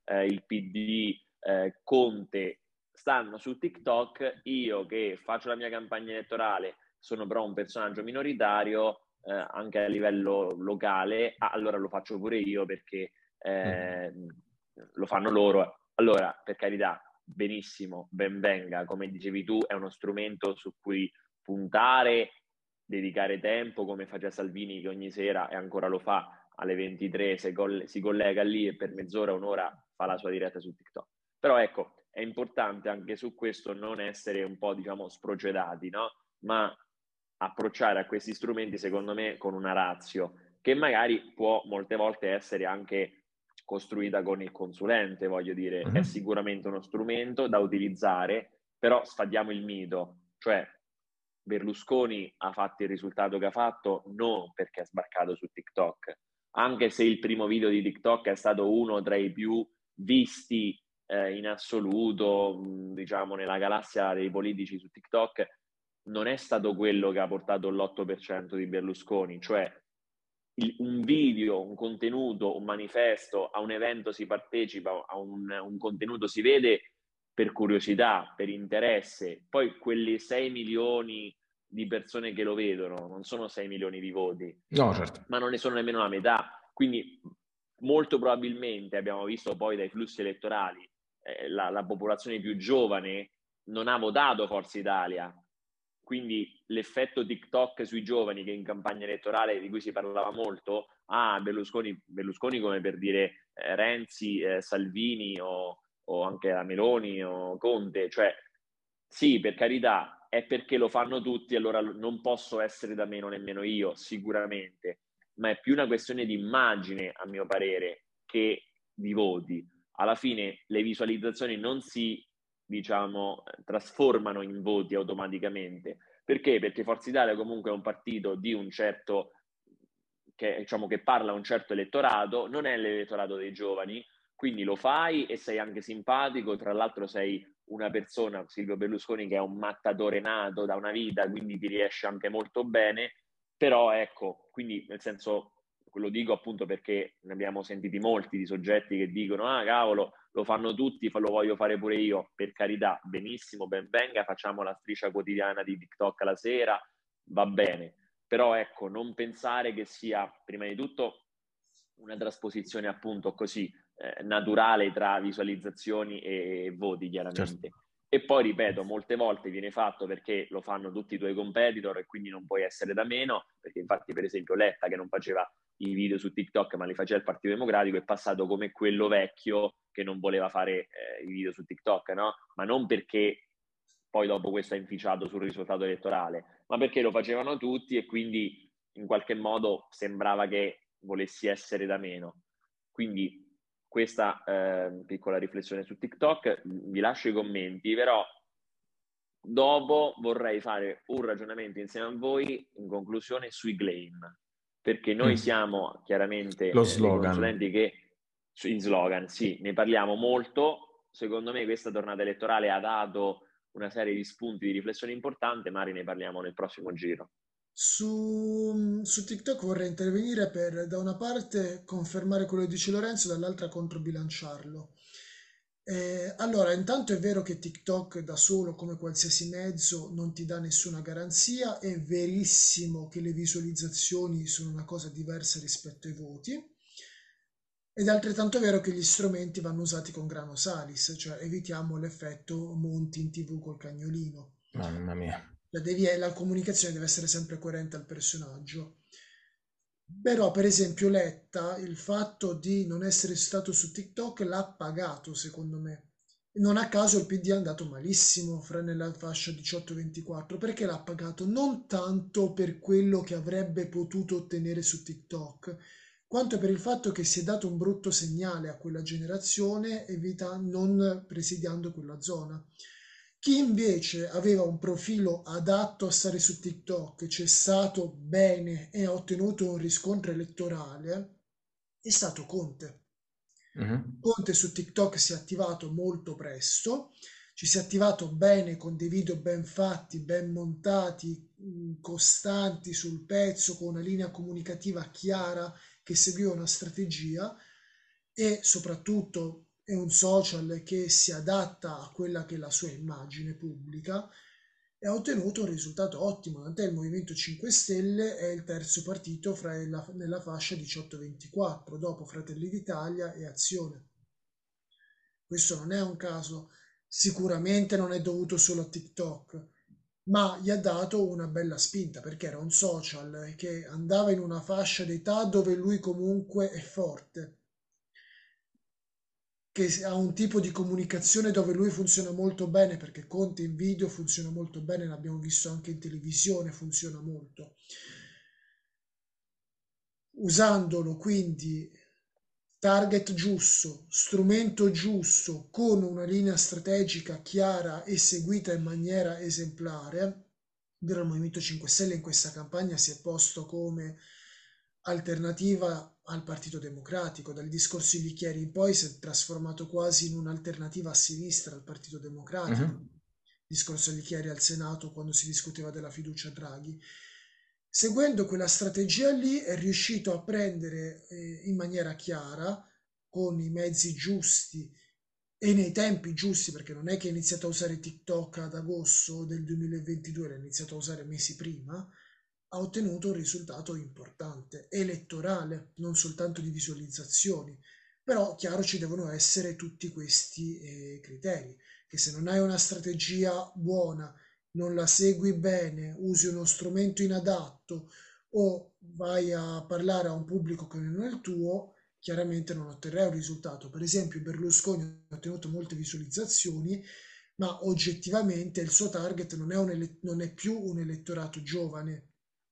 eh, il P D, eh, Conte stanno su TikTok, io che faccio la mia campagna elettorale sono però un personaggio minoritario, eh, anche a livello locale, ah, allora lo faccio pure io perché eh, mm. lo fanno loro. Allora, per carità, benissimo, ben venga, come dicevi tu, è uno strumento su cui puntare, dedicare tempo, come faceva Salvini che ogni sera, e ancora lo fa, alle ventitré si, coll- si collega lì e per mezz'ora, un'ora fa la sua diretta su TikTok. Però ecco, è importante anche su questo non essere un po', diciamo, sprocedati, no? Ma approcciare a questi strumenti, secondo me, con una ratio, che magari può molte volte essere anche costruita con il consulente, voglio dire, Mhm. è sicuramente uno strumento da utilizzare, però sfadiamo il mito, cioè Berlusconi ha fatto il risultato che ha fatto non perché è sbarcato su TikTok, anche se il primo video di TikTok è stato uno tra i più visti eh, in assoluto, mh, diciamo, nella galassia dei politici su TikTok, non è stato quello che ha portato l'otto per cento di Berlusconi, cioè il, un video, un contenuto, un manifesto, a un evento si partecipa, a un, un contenuto si vede per curiosità, per interesse, poi quelli sei milioni di persone che lo vedono non sono sei milioni di voti, No, certo. ma non ne sono nemmeno la metà, quindi molto probabilmente abbiamo visto poi dai flussi elettorali eh, la, la popolazione più giovane non ha votato Forza Italia, quindi l'effetto TikTok sui giovani che in campagna elettorale di cui si parlava molto, ah Berlusconi, Berlusconi come per dire eh, Renzi, eh, Salvini o, o anche la Meloni o Conte, cioè sì, per carità, è perché lo fanno tutti, allora non posso essere da meno nemmeno io, sicuramente, ma è più una questione di immagine, a mio parere, che di voti. Alla fine le visualizzazioni non si, diciamo, trasformano in voti automaticamente. Perché? Perché Forza Italia comunque è un partito di un certo, che, diciamo, che parla a un certo elettorato, non è l'elettorato dei giovani, quindi lo fai e sei anche simpatico, tra l'altro sei una persona, Silvio Berlusconi, che è un mattatore nato da una vita, quindi ti riesce anche molto bene, però ecco, quindi nel senso, lo dico appunto perché ne abbiamo sentiti molti di soggetti che dicono ah cavolo, lo fanno tutti, lo voglio fare pure io, per carità, benissimo, ben venga, facciamo la striscia quotidiana di TikTok la sera, va bene, però ecco, non pensare che sia prima di tutto una trasposizione appunto così eh, naturale tra visualizzazioni e voti, chiaramente. Certo. E poi ripeto, molte volte viene fatto perché lo fanno tutti i tuoi competitor e quindi non puoi essere da meno, perché infatti per esempio Letta che non faceva i video su TikTok ma li faceva il Partito Democratico è passato come quello vecchio che non voleva fare eh, i video su TikTok, no? Ma non perché poi dopo questo ha inficiato sul risultato elettorale, ma perché lo facevano tutti e quindi in qualche modo sembrava che volessi essere da meno. Quindi questa eh, piccola riflessione su TikTok, vi lascio i commenti, però dopo vorrei fare un ragionamento insieme a voi in conclusione sui claim, perché noi Mm. siamo chiaramente Lo eh, dei slogan. consulenti che in slogan, sì, ne parliamo molto. Secondo me questa tornata elettorale ha dato una serie di spunti di riflessione importante, magari ne parliamo nel prossimo giro. Su, su TikTok vorrei intervenire per da una parte confermare quello che dice Lorenzo, dall'altra controbilanciarlo. Eh, allora, intanto è vero che TikTok da solo, come qualsiasi mezzo, non ti dà nessuna garanzia, è verissimo che le visualizzazioni sono una cosa diversa rispetto ai voti, ed è altrettanto vero che gli strumenti vanno usati con grano salis, cioè evitiamo l'effetto monti in T V col cagnolino. Mamma mia. La, devi- la comunicazione deve essere sempre coerente al personaggio. Però, per esempio, Letta, il fatto di non essere stato su TikTok l'ha pagato, secondo me. Non a caso il P D è andato malissimo fra nella fascia diciotto ventiquattro, perché l'ha pagato non tanto per quello che avrebbe potuto ottenere su TikTok, quanto per il fatto che si è dato un brutto segnale a quella generazione, evita non presidiando quella zona. Chi invece aveva un profilo adatto a stare su TikTok, c'è stato bene e ha ottenuto un riscontro elettorale, è stato Conte. Mhm. Conte su TikTok si è attivato molto presto, ci si è attivato bene con dei video ben fatti, ben montati, costanti sul pezzo, con una linea comunicativa chiara che seguiva una strategia e soprattutto è un social che si adatta a quella che è la sua immagine pubblica e ha ottenuto un risultato ottimo, tant'è il Movimento cinque Stelle è il terzo partito fra la, nella fascia diciotto ventiquattro, dopo Fratelli d'Italia e Azione. Questo non è un caso, sicuramente non è dovuto solo a TikTok, ma gli ha dato una bella spinta perché era un social che andava in una fascia d'età dove lui comunque è forte, che ha un tipo di comunicazione dove lui funziona molto bene perché Conte in video funziona molto bene, l'abbiamo visto anche in televisione, funziona molto. Usandolo quindi target giusto, strumento giusto, con una linea strategica chiara e seguita in maniera esemplare. Il Movimento cinque Stelle in questa campagna si è posto come alternativa al Partito Democratico. Dal discorso Lichieri in poi si è trasformato quasi in un'alternativa a sinistra al Partito Democratico. Uh-huh. Discorso Lichieri al Senato quando si discuteva della fiducia a Draghi. Seguendo quella strategia lì è riuscito a prendere eh, in maniera chiara, con i mezzi giusti e nei tempi giusti, perché non è che ha iniziato a usare TikTok ad agosto del duemilaventidue, l'ha iniziato a usare mesi prima, ha ottenuto un risultato importante, elettorale, non soltanto di visualizzazioni. Però chiaro ci devono essere tutti questi eh, criteri, che se non hai una strategia buona, non la segui bene, usi uno strumento inadatto o vai a parlare a un pubblico che non è il tuo, chiaramente non otterrai un risultato. Per esempio Berlusconi ha ottenuto molte visualizzazioni, ma oggettivamente il suo target non è, un ele- non è più un elettorato giovane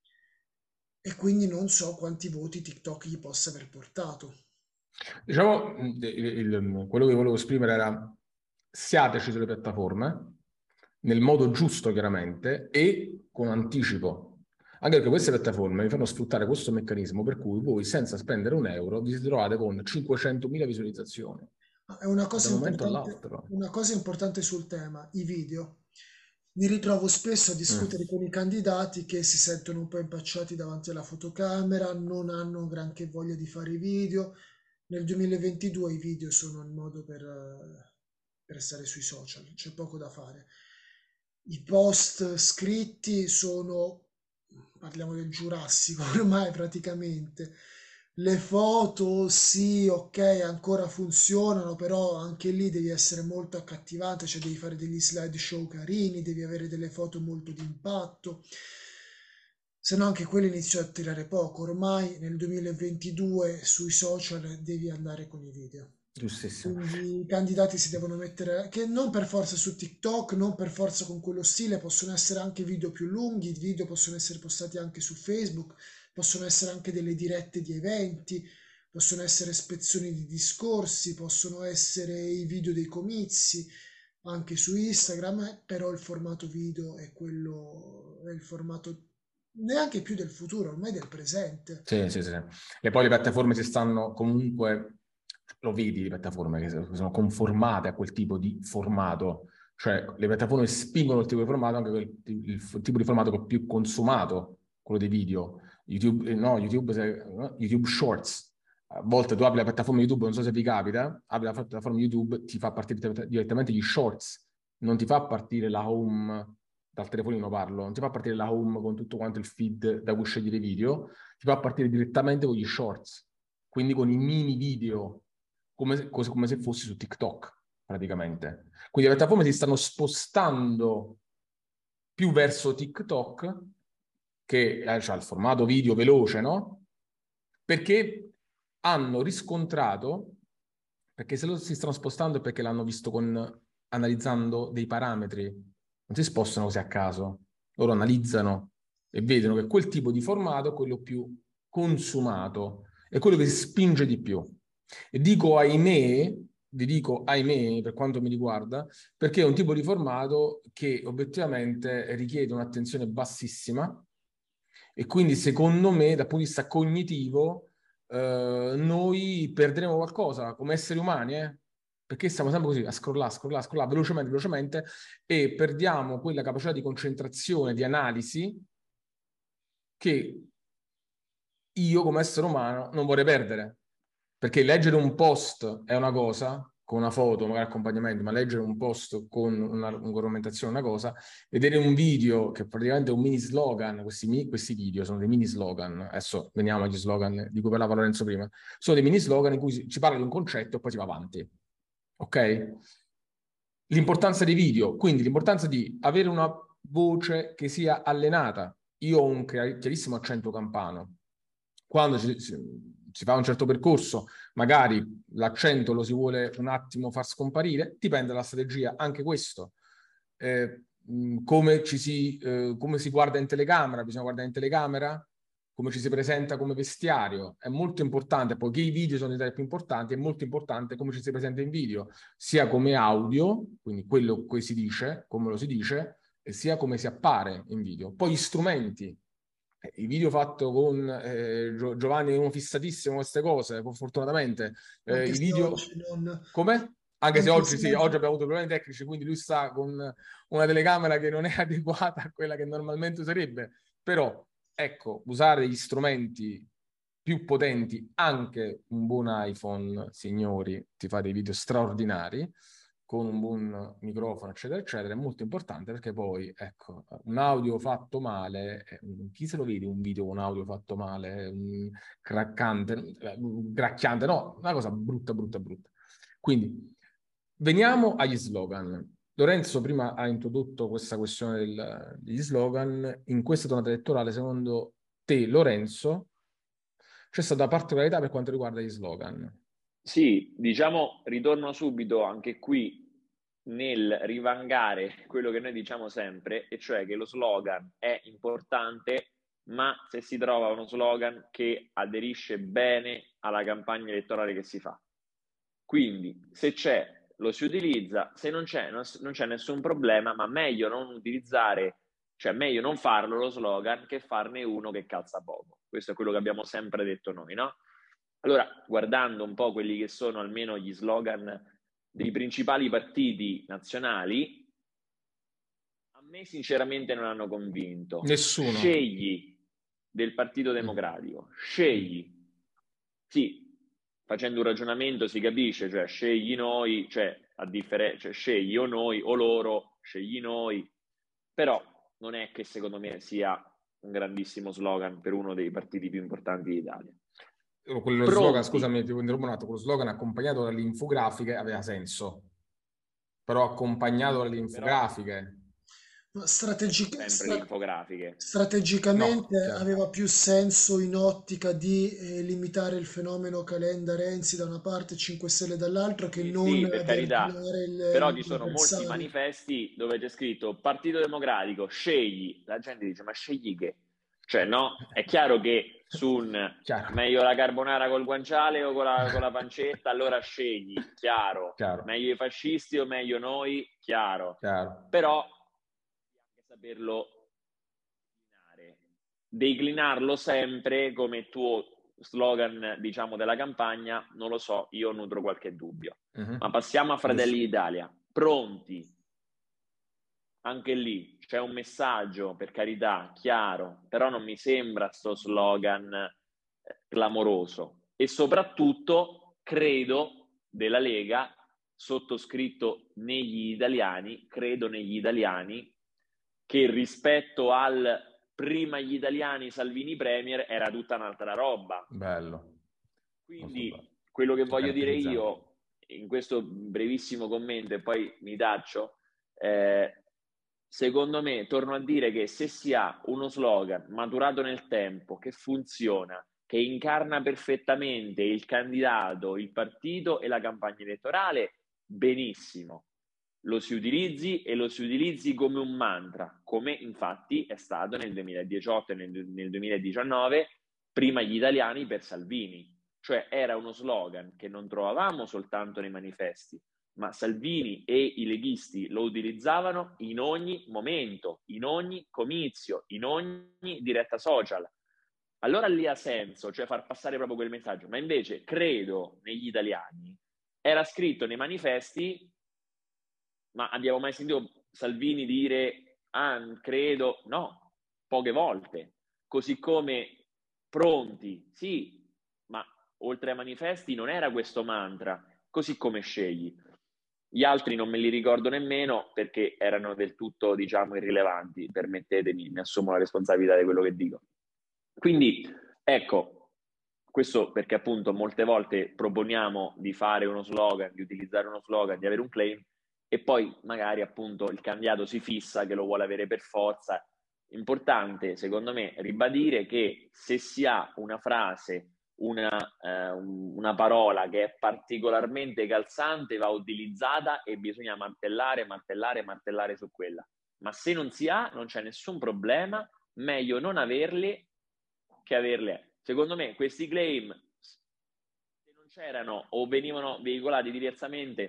e quindi non so quanti voti TikTok gli possa aver portato. Diciamo, il, il, quello che volevo esprimere era siateci sulle piattaforme, nel modo giusto chiaramente e con anticipo. Anche perché queste piattaforme vi fanno sfruttare questo meccanismo per cui voi senza spendere un euro vi trovate con cinquecentomila visualizzazioni È una da cosa un momento importante, all'altro. una cosa importante sul tema, i video. Mi ritrovo spesso a discutere Mm. con i candidati che si sentono un po' impacciati davanti alla fotocamera, non hanno granché voglia di fare i video. Nel duemilaventidue i video sono il modo per, eh, per stare sui social, c'è poco da fare. I post scritti sono, parliamo del Giurassico ormai praticamente. Le foto, sì, ok, ancora funzionano, però anche lì devi essere molto accattivante, cioè devi fare degli slideshow carini, devi avere delle foto molto d'impatto, se no anche quello iniziò a tirare poco. Ormai nel duemilaventidue sui social devi andare con i video. Giustissimo. Quindi i candidati si devono mettere, che non per forza su TikTok, non per forza con quello stile, possono essere anche video più lunghi, i video possono essere postati anche su Facebook, possono essere anche delle dirette di eventi, possono essere spezzoni di discorsi, possono essere i video dei comizi, anche su Instagram, eh, però il formato video è quello, è il formato neanche più del futuro, ormai del presente. Sì, sì, sì. E poi le piattaforme si stanno comunque, lo vedi, le piattaforme che sono conformate a quel tipo di formato, cioè le piattaforme spingono il tipo di formato, anche quel, il, il tipo di formato che è più consumato, quello dei video. YouTube, eh, no, YouTube, no, YouTube Shorts. A volte tu apri la piattaforma YouTube, non so se vi capita, apri la piattaforma YouTube, ti fa partire direttamente gli shorts, non ti fa partire la home, dal telefonino parlo, non ti fa partire la home con tutto quanto il feed da cui scegliere i video, ti fa partire direttamente con gli shorts, quindi con i mini video, come se, come se fossi su TikTok, praticamente. Quindi le piattaforme si stanno spostando più verso TikTok, che eh, ha il formato video veloce, no? Perché hanno riscontrato, perché se lo si stanno spostando è perché l'hanno visto con, analizzando dei parametri, non si spostano così a caso, loro analizzano e vedono che quel tipo di formato è quello più consumato, è quello che si spinge di più. E dico ahimè, vi dico ahimè per quanto mi riguarda, perché è un tipo di formato che obiettivamente richiede un'attenzione bassissima e quindi secondo me dal punto di vista cognitivo eh, noi perderemo qualcosa come esseri umani, eh? Perché stiamo sempre così a scrollare, scrollare, scrollare velocemente, velocemente e perdiamo quella capacità di concentrazione, di analisi che io come essere umano non vorrei perdere. Perché leggere un post è una cosa, con una foto, magari accompagnamento, ma leggere un post con una, un'argomentazione, una cosa, vedere un video che praticamente è un mini slogan, questi, questi video sono dei mini slogan, adesso veniamo agli slogan di cui parlava Lorenzo prima, sono dei mini slogan in cui ci parla di un concetto e poi si va avanti, ok? L'importanza dei video, quindi l'importanza di avere una voce che sia allenata. Io ho un chiarissimo accento campano. Quando si, si, si fa un certo percorso, magari l'accento lo si vuole un attimo far scomparire, dipende dalla strategia, anche questo. Eh, come, ci si, eh, come si guarda in telecamera, bisogna guardare in telecamera, come ci si presenta come vestiario, è molto importante, poiché i video sono i più importanti, è molto importante come ci si presenta in video, sia come audio, quindi quello che si dice, come lo si dice, e sia come si appare in video. Poi gli strumenti, i video fatto con eh, Giovanni è uno fissatissimo queste cose, fortunatamente. Eh, Anche I se video... oggi non... Come? Anche se Anche oggi se sì, oggi... oggi abbiamo avuto problemi tecnici, quindi lui sta con una telecamera che non è adeguata a quella che normalmente sarebbe. Però, ecco, usare gli strumenti più potenti, anche un buon iPhone, signori, ti fa dei video straordinari, con un buon microfono, eccetera, eccetera, è molto importante perché poi, ecco, un audio fatto male, chi se lo vede un video con un audio fatto male, un craccante, un gracchiante, no, una cosa brutta, brutta, brutta. Quindi, veniamo agli slogan. Lorenzo prima ha introdotto questa questione del, degli slogan. In questa tornata elettorale, secondo te, Lorenzo, c'è stata particolarità per quanto riguarda gli slogan? Sì, diciamo, ritorno subito anche qui nel rivangare quello che noi diciamo sempre, e cioè che lo slogan è importante, ma se si trova uno slogan che aderisce bene alla campagna elettorale che si fa. Quindi, se c'è, lo si utilizza, se non c'è, non, non c'è nessun problema, ma meglio non utilizzare, cioè meglio non farlo lo slogan che farne uno che calza poco. Questo è quello che abbiamo sempre detto noi, no? Allora, guardando un po' quelli che sono almeno gli slogan dei principali partiti nazionali, a me sinceramente non hanno convinto. Nessuno. Scegli del Partito Democratico, scegli. Sì, facendo un ragionamento si capisce, cioè scegli noi, cioè a differenza, cioè scegli o noi o loro, scegli noi, però non è che secondo me sia un grandissimo slogan per uno dei partiti più importanti d'Italia. Quello slogan, scusami, ti interrompo un attimo, quello slogan accompagnato dalle infografiche aveva senso, però accompagnato dalle infografiche. Strategic- Sempre le stra- infografiche. strategicamente No, aveva più senso in ottica di eh, limitare il fenomeno Calenda Renzi da una parte e cinque Stelle dall'altra che Sì, non sì, per carità, verginare il- però gli ci sono molti avversari. manifesti dove c'è scritto Partito Democratico, scegli. La gente dice, ma scegli che? Cioè, no, è chiaro che su un chiaro. meglio la carbonara col guanciale o con la, con la pancetta, allora scegli, chiaro. Chiaro. Meglio i fascisti o meglio noi, chiaro. Chiaro. Però devi anche saperlo declinare. Declinarlo sempre come tuo slogan, diciamo, della campagna, non lo so, io nutro qualche dubbio. Uh-huh. Ma passiamo a Fratelli d'Italia. Pronti? Anche lì c'è un messaggio, per carità, chiaro, però non mi sembra sto slogan eh, clamoroso. E soprattutto, credo, della Lega, sottoscritto negli italiani, credo negli italiani, che rispetto al prima gli italiani Salvini Premier era tutta un'altra roba. Bello. Quindi bello. quello che Sto voglio dire io in questo brevissimo commento e poi mi taccio, eh, secondo me torno a dire che se si ha uno slogan maturato nel tempo che funziona, che incarna perfettamente il candidato, il partito e la campagna elettorale, benissimo. Lo si utilizzi e lo si utilizzi come un mantra, come infatti è stato nel duemiladiciotto e nel, nel duemiladiciannove, prima gli italiani per Salvini. Cioè era uno slogan che non trovavamo soltanto nei manifesti, ma Salvini e i leghisti lo utilizzavano in ogni momento, in ogni comizio, in ogni diretta social. Allora lì ha senso, cioè far passare proprio quel messaggio, ma invece credo negli italiani, era scritto nei manifesti, ma abbiamo mai sentito Salvini dire, ah, credo, no, poche volte, così come pronti, sì, ma oltre ai manifesti non era questo mantra, così come scegli. Gli altri non me li ricordo nemmeno perché erano del tutto, diciamo, irrilevanti, permettetemi, mi assumo la responsabilità di quello che dico. Quindi, ecco, questo perché appunto molte volte proponiamo di fare uno slogan, di utilizzare uno slogan, di avere un claim, e poi magari appunto il candidato si fissa che lo vuole avere per forza. Importante, secondo me, ribadire che se si ha una frase, una, eh, una parola che è particolarmente calzante, va utilizzata e bisogna martellare, martellare, martellare su quella. Ma se non si ha, non c'è nessun problema, meglio non averle che averle. Secondo me questi claim, se non c'erano o venivano veicolati diversamente,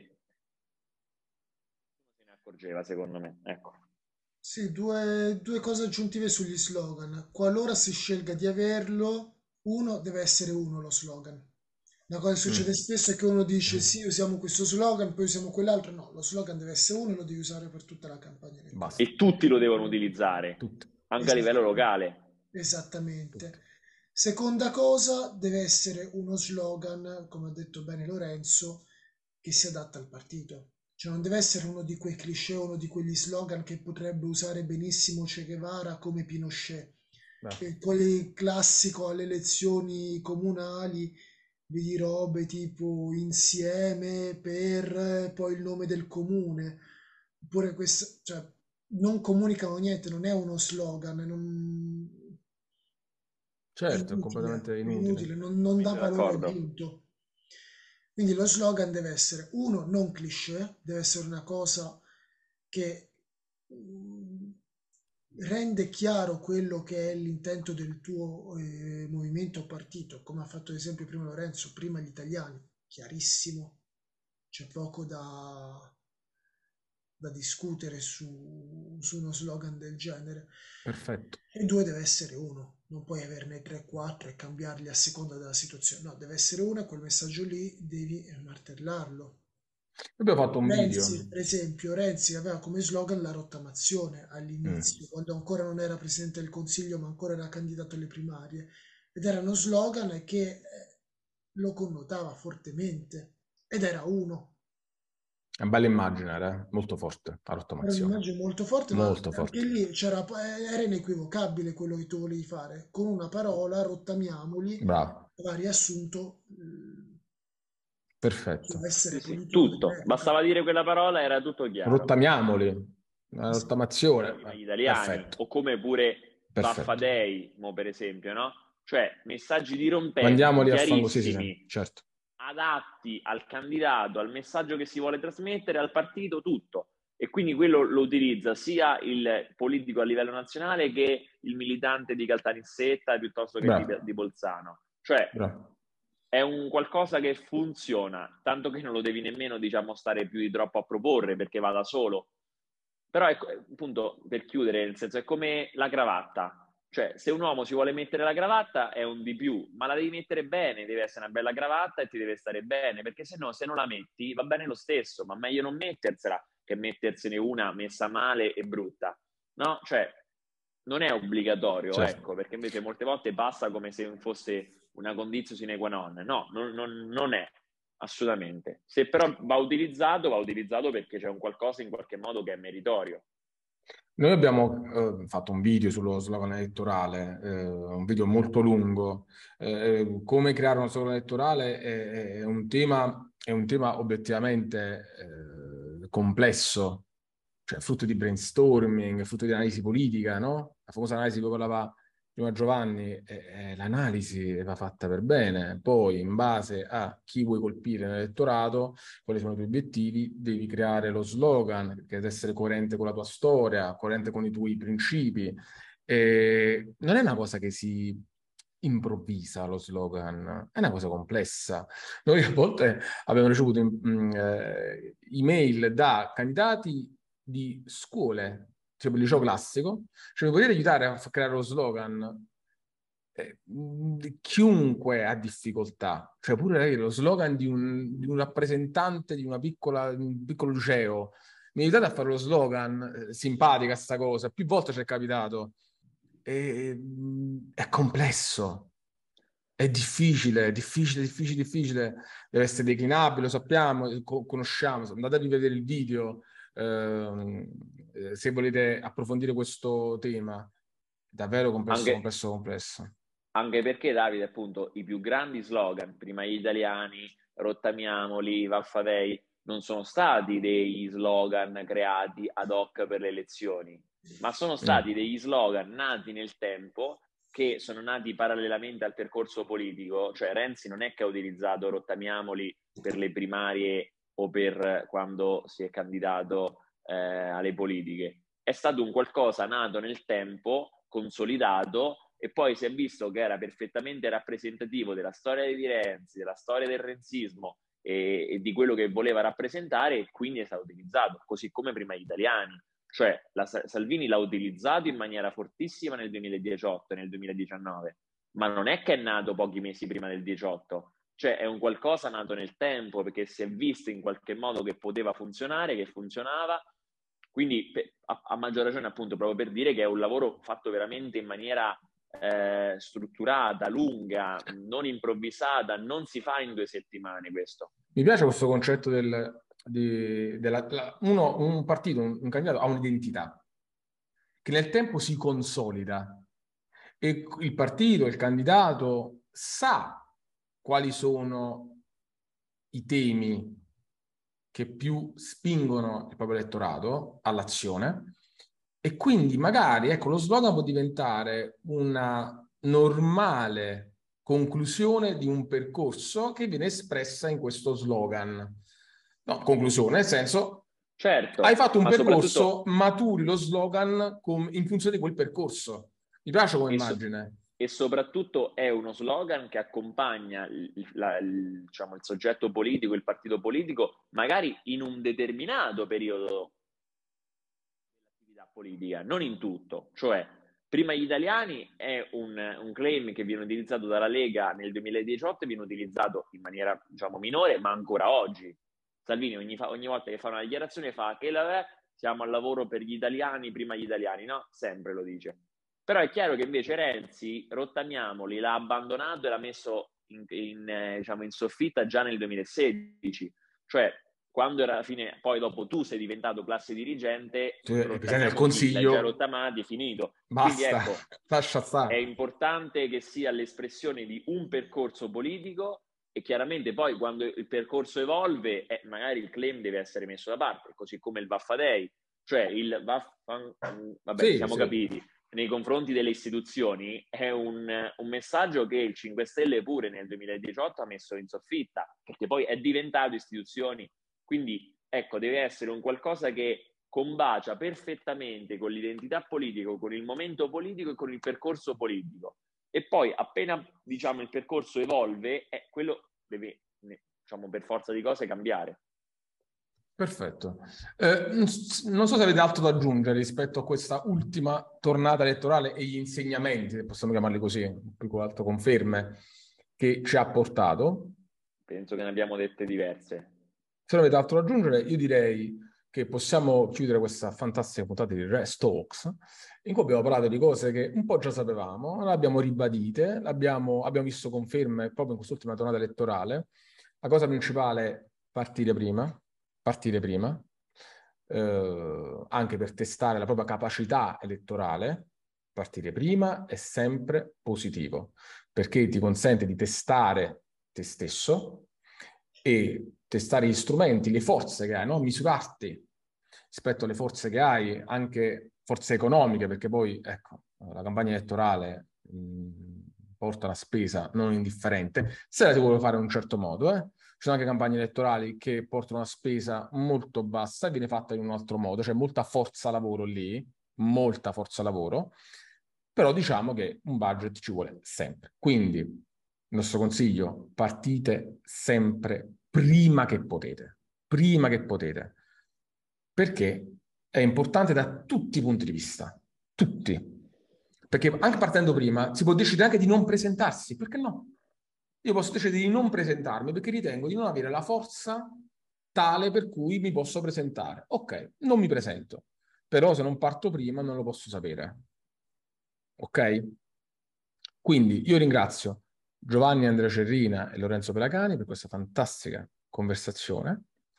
non se ne accorgeva, secondo me. Ecco. Sì, due, due cose aggiuntive sugli slogan. Qualora si scelga di averlo, uno deve essere uno lo slogan. Una cosa che succede Mm. spesso è che uno dice sì, usiamo questo slogan, poi usiamo quell'altro. No, lo slogan deve essere uno e lo devi usare per tutta la campagna Basta. elettorale. E tutti lo devono utilizzare, Tutti. anche a livello locale. Esattamente. Tutti. Seconda cosa, deve essere uno slogan, come ha detto bene Lorenzo, che si adatta al partito. Cioè non deve essere uno di quei cliché, uno di quegli slogan che potrebbe usare benissimo Che Guevara come Pinochet. E quelli classico alle elezioni comunali, vedi robe tipo insieme per poi il nome del comune. Oppure questo, cioè, non comunicano niente, non è uno slogan, non... è Certo, è inutile, completamente è inutile. inutile, non, non dà Sono valore d'accordo. aggiunto. Quindi lo slogan deve essere uno, non cliché, deve essere una cosa che mh, rende chiaro quello che è l'intento del tuo eh, movimento o partito, come ha fatto ad esempio prima Lorenzo, prima gli italiani, chiarissimo, c'è poco da, da discutere su, su uno slogan del genere. Perfetto. E due deve essere uno, non puoi averne tre quattro e cambiarli a seconda della situazione, no, deve essere uno e quel messaggio lì devi martellarlo. Abbiamo fatto un video. Renzi, per esempio, Renzi aveva come slogan la rottamazione Mm. all'inizio, quando ancora non era presidente del Consiglio, ma ancora era candidato alle primarie, ed era uno slogan che eh, lo connotava fortemente, ed era uno. È una bella immagine, era molto forte la Era rottamazione. un'immagine molto forte, ma Molto anche forte. lì c'era, era inequivocabile quello che tu volevi fare. Con una parola, rottamiamoli, Bravo. aveva riassunto il suo Perfetto. essere Sì, sì, politico tutto. dell'epoca. Bastava dire quella parola, era tutto chiaro. Rottamiamoli. La Esatto. rottamazione. Prima eh, gli italiani, Perfetto. o come pure Vaffa Perfetto. Dei, mo per esempio, no? Cioè, messaggi dirompenti, Mandiamoli a fango. Sì, sì, sì, chiarissimi, certo. adatti al candidato, al messaggio che si vuole trasmettere, al partito, tutto. E quindi quello lo utilizza sia il politico a livello nazionale che il militante di Caltanissetta piuttosto che di, Bravo. di Bolzano. Cioè, Bravo. è un qualcosa che funziona, tanto che non lo devi nemmeno, diciamo, stare più di troppo a proporre perché va da solo. Però ecco, appunto, per chiudere, nel senso, è come la cravatta. Cioè, se un uomo si vuole mettere la cravatta è un di più, ma la devi mettere bene, deve essere una bella cravatta e ti deve stare bene, perché se no, se non la metti, va bene lo stesso, ma meglio non mettersela che mettersene una messa male e brutta. No? Cioè, non è obbligatorio, Certo. ecco, perché invece molte volte passa come se fosse una condizione sine qua non. No, non, non, non è, assolutamente. Se però va utilizzato, va utilizzato perché c'è un qualcosa in qualche modo che è meritorio. Noi abbiamo eh, fatto un video sullo slogan elettorale, eh, un video molto lungo. Eh, come creare uno slogan elettorale è, è un tema, è un tema obiettivamente eh, complesso, cioè frutto di brainstorming, frutto di analisi politica, no? La famosa analisi di cui parlava prima Giovanni, eh, eh, l'analisi va fatta per bene, poi in base a chi vuoi colpire nell'elettorato, quali sono i tuoi obiettivi, devi creare lo slogan che deve essere coerente con la tua storia, coerente con i tuoi principi. E non è una cosa che si improvvisa lo slogan, è una cosa complessa. Noi a volte abbiamo ricevuto mm, eh, email da candidati di scuole, tipo il liceo classico, cioè mi potete aiutare a f- creare lo slogan? Eh, mh, chiunque ha difficoltà, cioè pure lo slogan di un, di un rappresentante di una piccola, di un piccolo liceo, mi aiutate a fare lo slogan, eh, simpatica sta cosa, più volte ci è capitato. E, mh, è complesso. È difficile, difficile, difficile, difficile. Deve essere declinabile, lo sappiamo, co- conosciamo. Andate a rivedere il video ehm, eh, se volete approfondire questo tema. Davvero complesso, Anche, complesso, complesso. anche perché, Davide, appunto, i più grandi slogan, prima gli italiani, rottamiamoli, Vaffadei, non sono stati degli slogan creati ad hoc per le elezioni, ma sono stati Mm. degli slogan nati nel tempo, che sono nati parallelamente al percorso politico. Cioè Renzi non è che ha utilizzato rottamiamoli per le primarie o per quando si è candidato eh, alle politiche. È stato un qualcosa nato nel tempo, consolidato, e poi si è visto che era perfettamente rappresentativo della storia di Renzi, della storia del renzismo e, e di quello che voleva rappresentare, e quindi è stato utilizzato, così come prima gli italiani. Cioè la Salvini l'ha utilizzato in maniera fortissima nel duemiladiciotto e nel duemiladiciannove, ma non è che è nato pochi mesi prima del diciotto. Cioè è un qualcosa nato nel tempo, perché si è visto in qualche modo che poteva funzionare, che funzionava. Quindi a, a maggior ragione, appunto, proprio per dire che è un lavoro fatto veramente in maniera eh, strutturata, lunga, non improvvisata, non si fa in due settimane questo. Mi piace questo concetto del, di, della, la- uno, un partito, un, un candidato ha un'identità che nel tempo si consolida e il partito, il candidato sa quali sono i temi che più spingono il proprio elettorato all'azione e quindi magari, ecco, lo slogan può diventare una normale conclusione di un percorso che viene espressa in questo slogan. No, conclusione, nel senso, hai Certo, fatto un ma percorso, soprattutto maturi lo slogan com- in funzione di quel percorso. Mi piace come e, so- immagine. e soprattutto è uno slogan che accompagna il, la- il- diciamo, il soggetto politico, il partito politico, magari in un determinato periodo dell'attività politica, non in tutto. Cioè, prima gli italiani è un, un claim che viene utilizzato dalla Lega nel duemiladiciotto e viene utilizzato in maniera, diciamo, minore, ma ancora oggi. Salvini ogni, fa, ogni volta che fa una dichiarazione fa che la, siamo al lavoro per gli italiani, prima gli italiani, no? Sempre lo dice. Però è chiaro che invece Renzi, rottamiamoli, l'ha abbandonato e l'ha messo in, in, eh, diciamo, in soffitta già nel duemilasedici. Cioè, quando era alla fine, poi dopo tu sei diventato classe dirigente, Cioè, il Presidente del rottamiamo chi? L'hai già Consiglio, rottamati, è finito. Quindi basta, ecco, lascia è stare. importante che sia l'espressione di un percorso politico, e chiaramente poi quando il percorso evolve, eh, magari il claim deve essere messo da parte, così come il Vaffadei, cioè il vaffan, vabbè, Sì, siamo sì. capiti, nei confronti delle istituzioni è un, un messaggio che il cinque Stelle pure nel duemiladiciotto ha messo in soffitta, perché poi è diventato istituzioni. Quindi ecco, deve essere un qualcosa che combacia perfettamente con l'identità politica, con il momento politico e con il percorso politico. E poi appena, diciamo, il percorso evolve, eh, quello deve, diciamo, per forza di cose cambiare. Perfetto. Eh, non so se avete altro da aggiungere rispetto a questa ultima tornata elettorale e gli insegnamenti, se possiamo chiamarli così, più che altro conferme, che ci ha portato. Penso che ne abbiamo dette diverse. Se non avete altro da aggiungere, io direi che possiamo chiudere questa fantastica puntata di Rest Talks, in cui abbiamo parlato di cose che un po' già sapevamo, le abbiamo ribadite, l'abbiamo, abbiamo visto conferme proprio in quest'ultima tornata elettorale. La cosa principale, partire prima, partire prima, eh, anche per testare la propria capacità elettorale. Partire prima è sempre positivo, perché ti consente di testare te stesso e testare gli strumenti, le forze che hai, no? Misurarti rispetto alle forze che hai, anche forze economiche, perché poi, ecco, la campagna elettorale mh, porta una spesa non indifferente, se la si vuole fare in un certo modo, eh? Ci sono anche campagne elettorali che portano una spesa molto bassa e viene fatta in un altro modo, c'è molta forza lavoro lì, molta forza lavoro, però diciamo che un budget ci vuole sempre. Quindi, il nostro consiglio, partite sempre prima che potete, prima che potete, perché è importante da tutti i punti di vista, tutti. Perché anche partendo prima si può decidere anche di non presentarsi, perché no? Io posso decidere di non presentarmi perché ritengo di non avere la forza tale per cui mi posso presentare. Ok, non mi presento, però se non parto prima non lo posso sapere. Ok? Quindi io ringrazio Giovanni Andrea Cerrina e Lorenzo Pelagani per questa fantastica conversazione.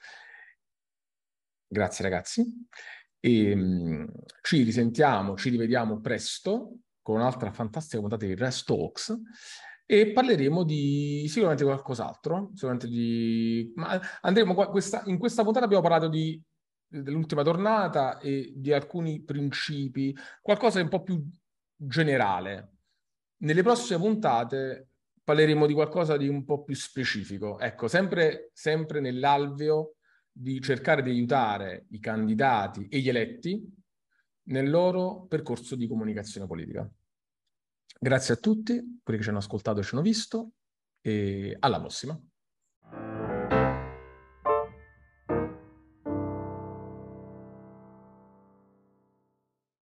Grazie ragazzi. E, mh, ci risentiamo, ci rivediamo presto con un'altra fantastica puntata di Rest Talks e parleremo di sicuramente qualcos'altro, sicuramente di... Ma andremo qua, questa, in questa puntata abbiamo parlato di, dell'ultima tornata e di alcuni principi, qualcosa di un po' più generale. Nelle prossime puntate parleremo di qualcosa di un po' più specifico. Ecco, sempre, sempre nell'alveo di cercare di aiutare i candidati e gli eletti nel loro percorso di comunicazione politica. Grazie a tutti, quelli che ci hanno ascoltato e ci hanno visto, e alla prossima.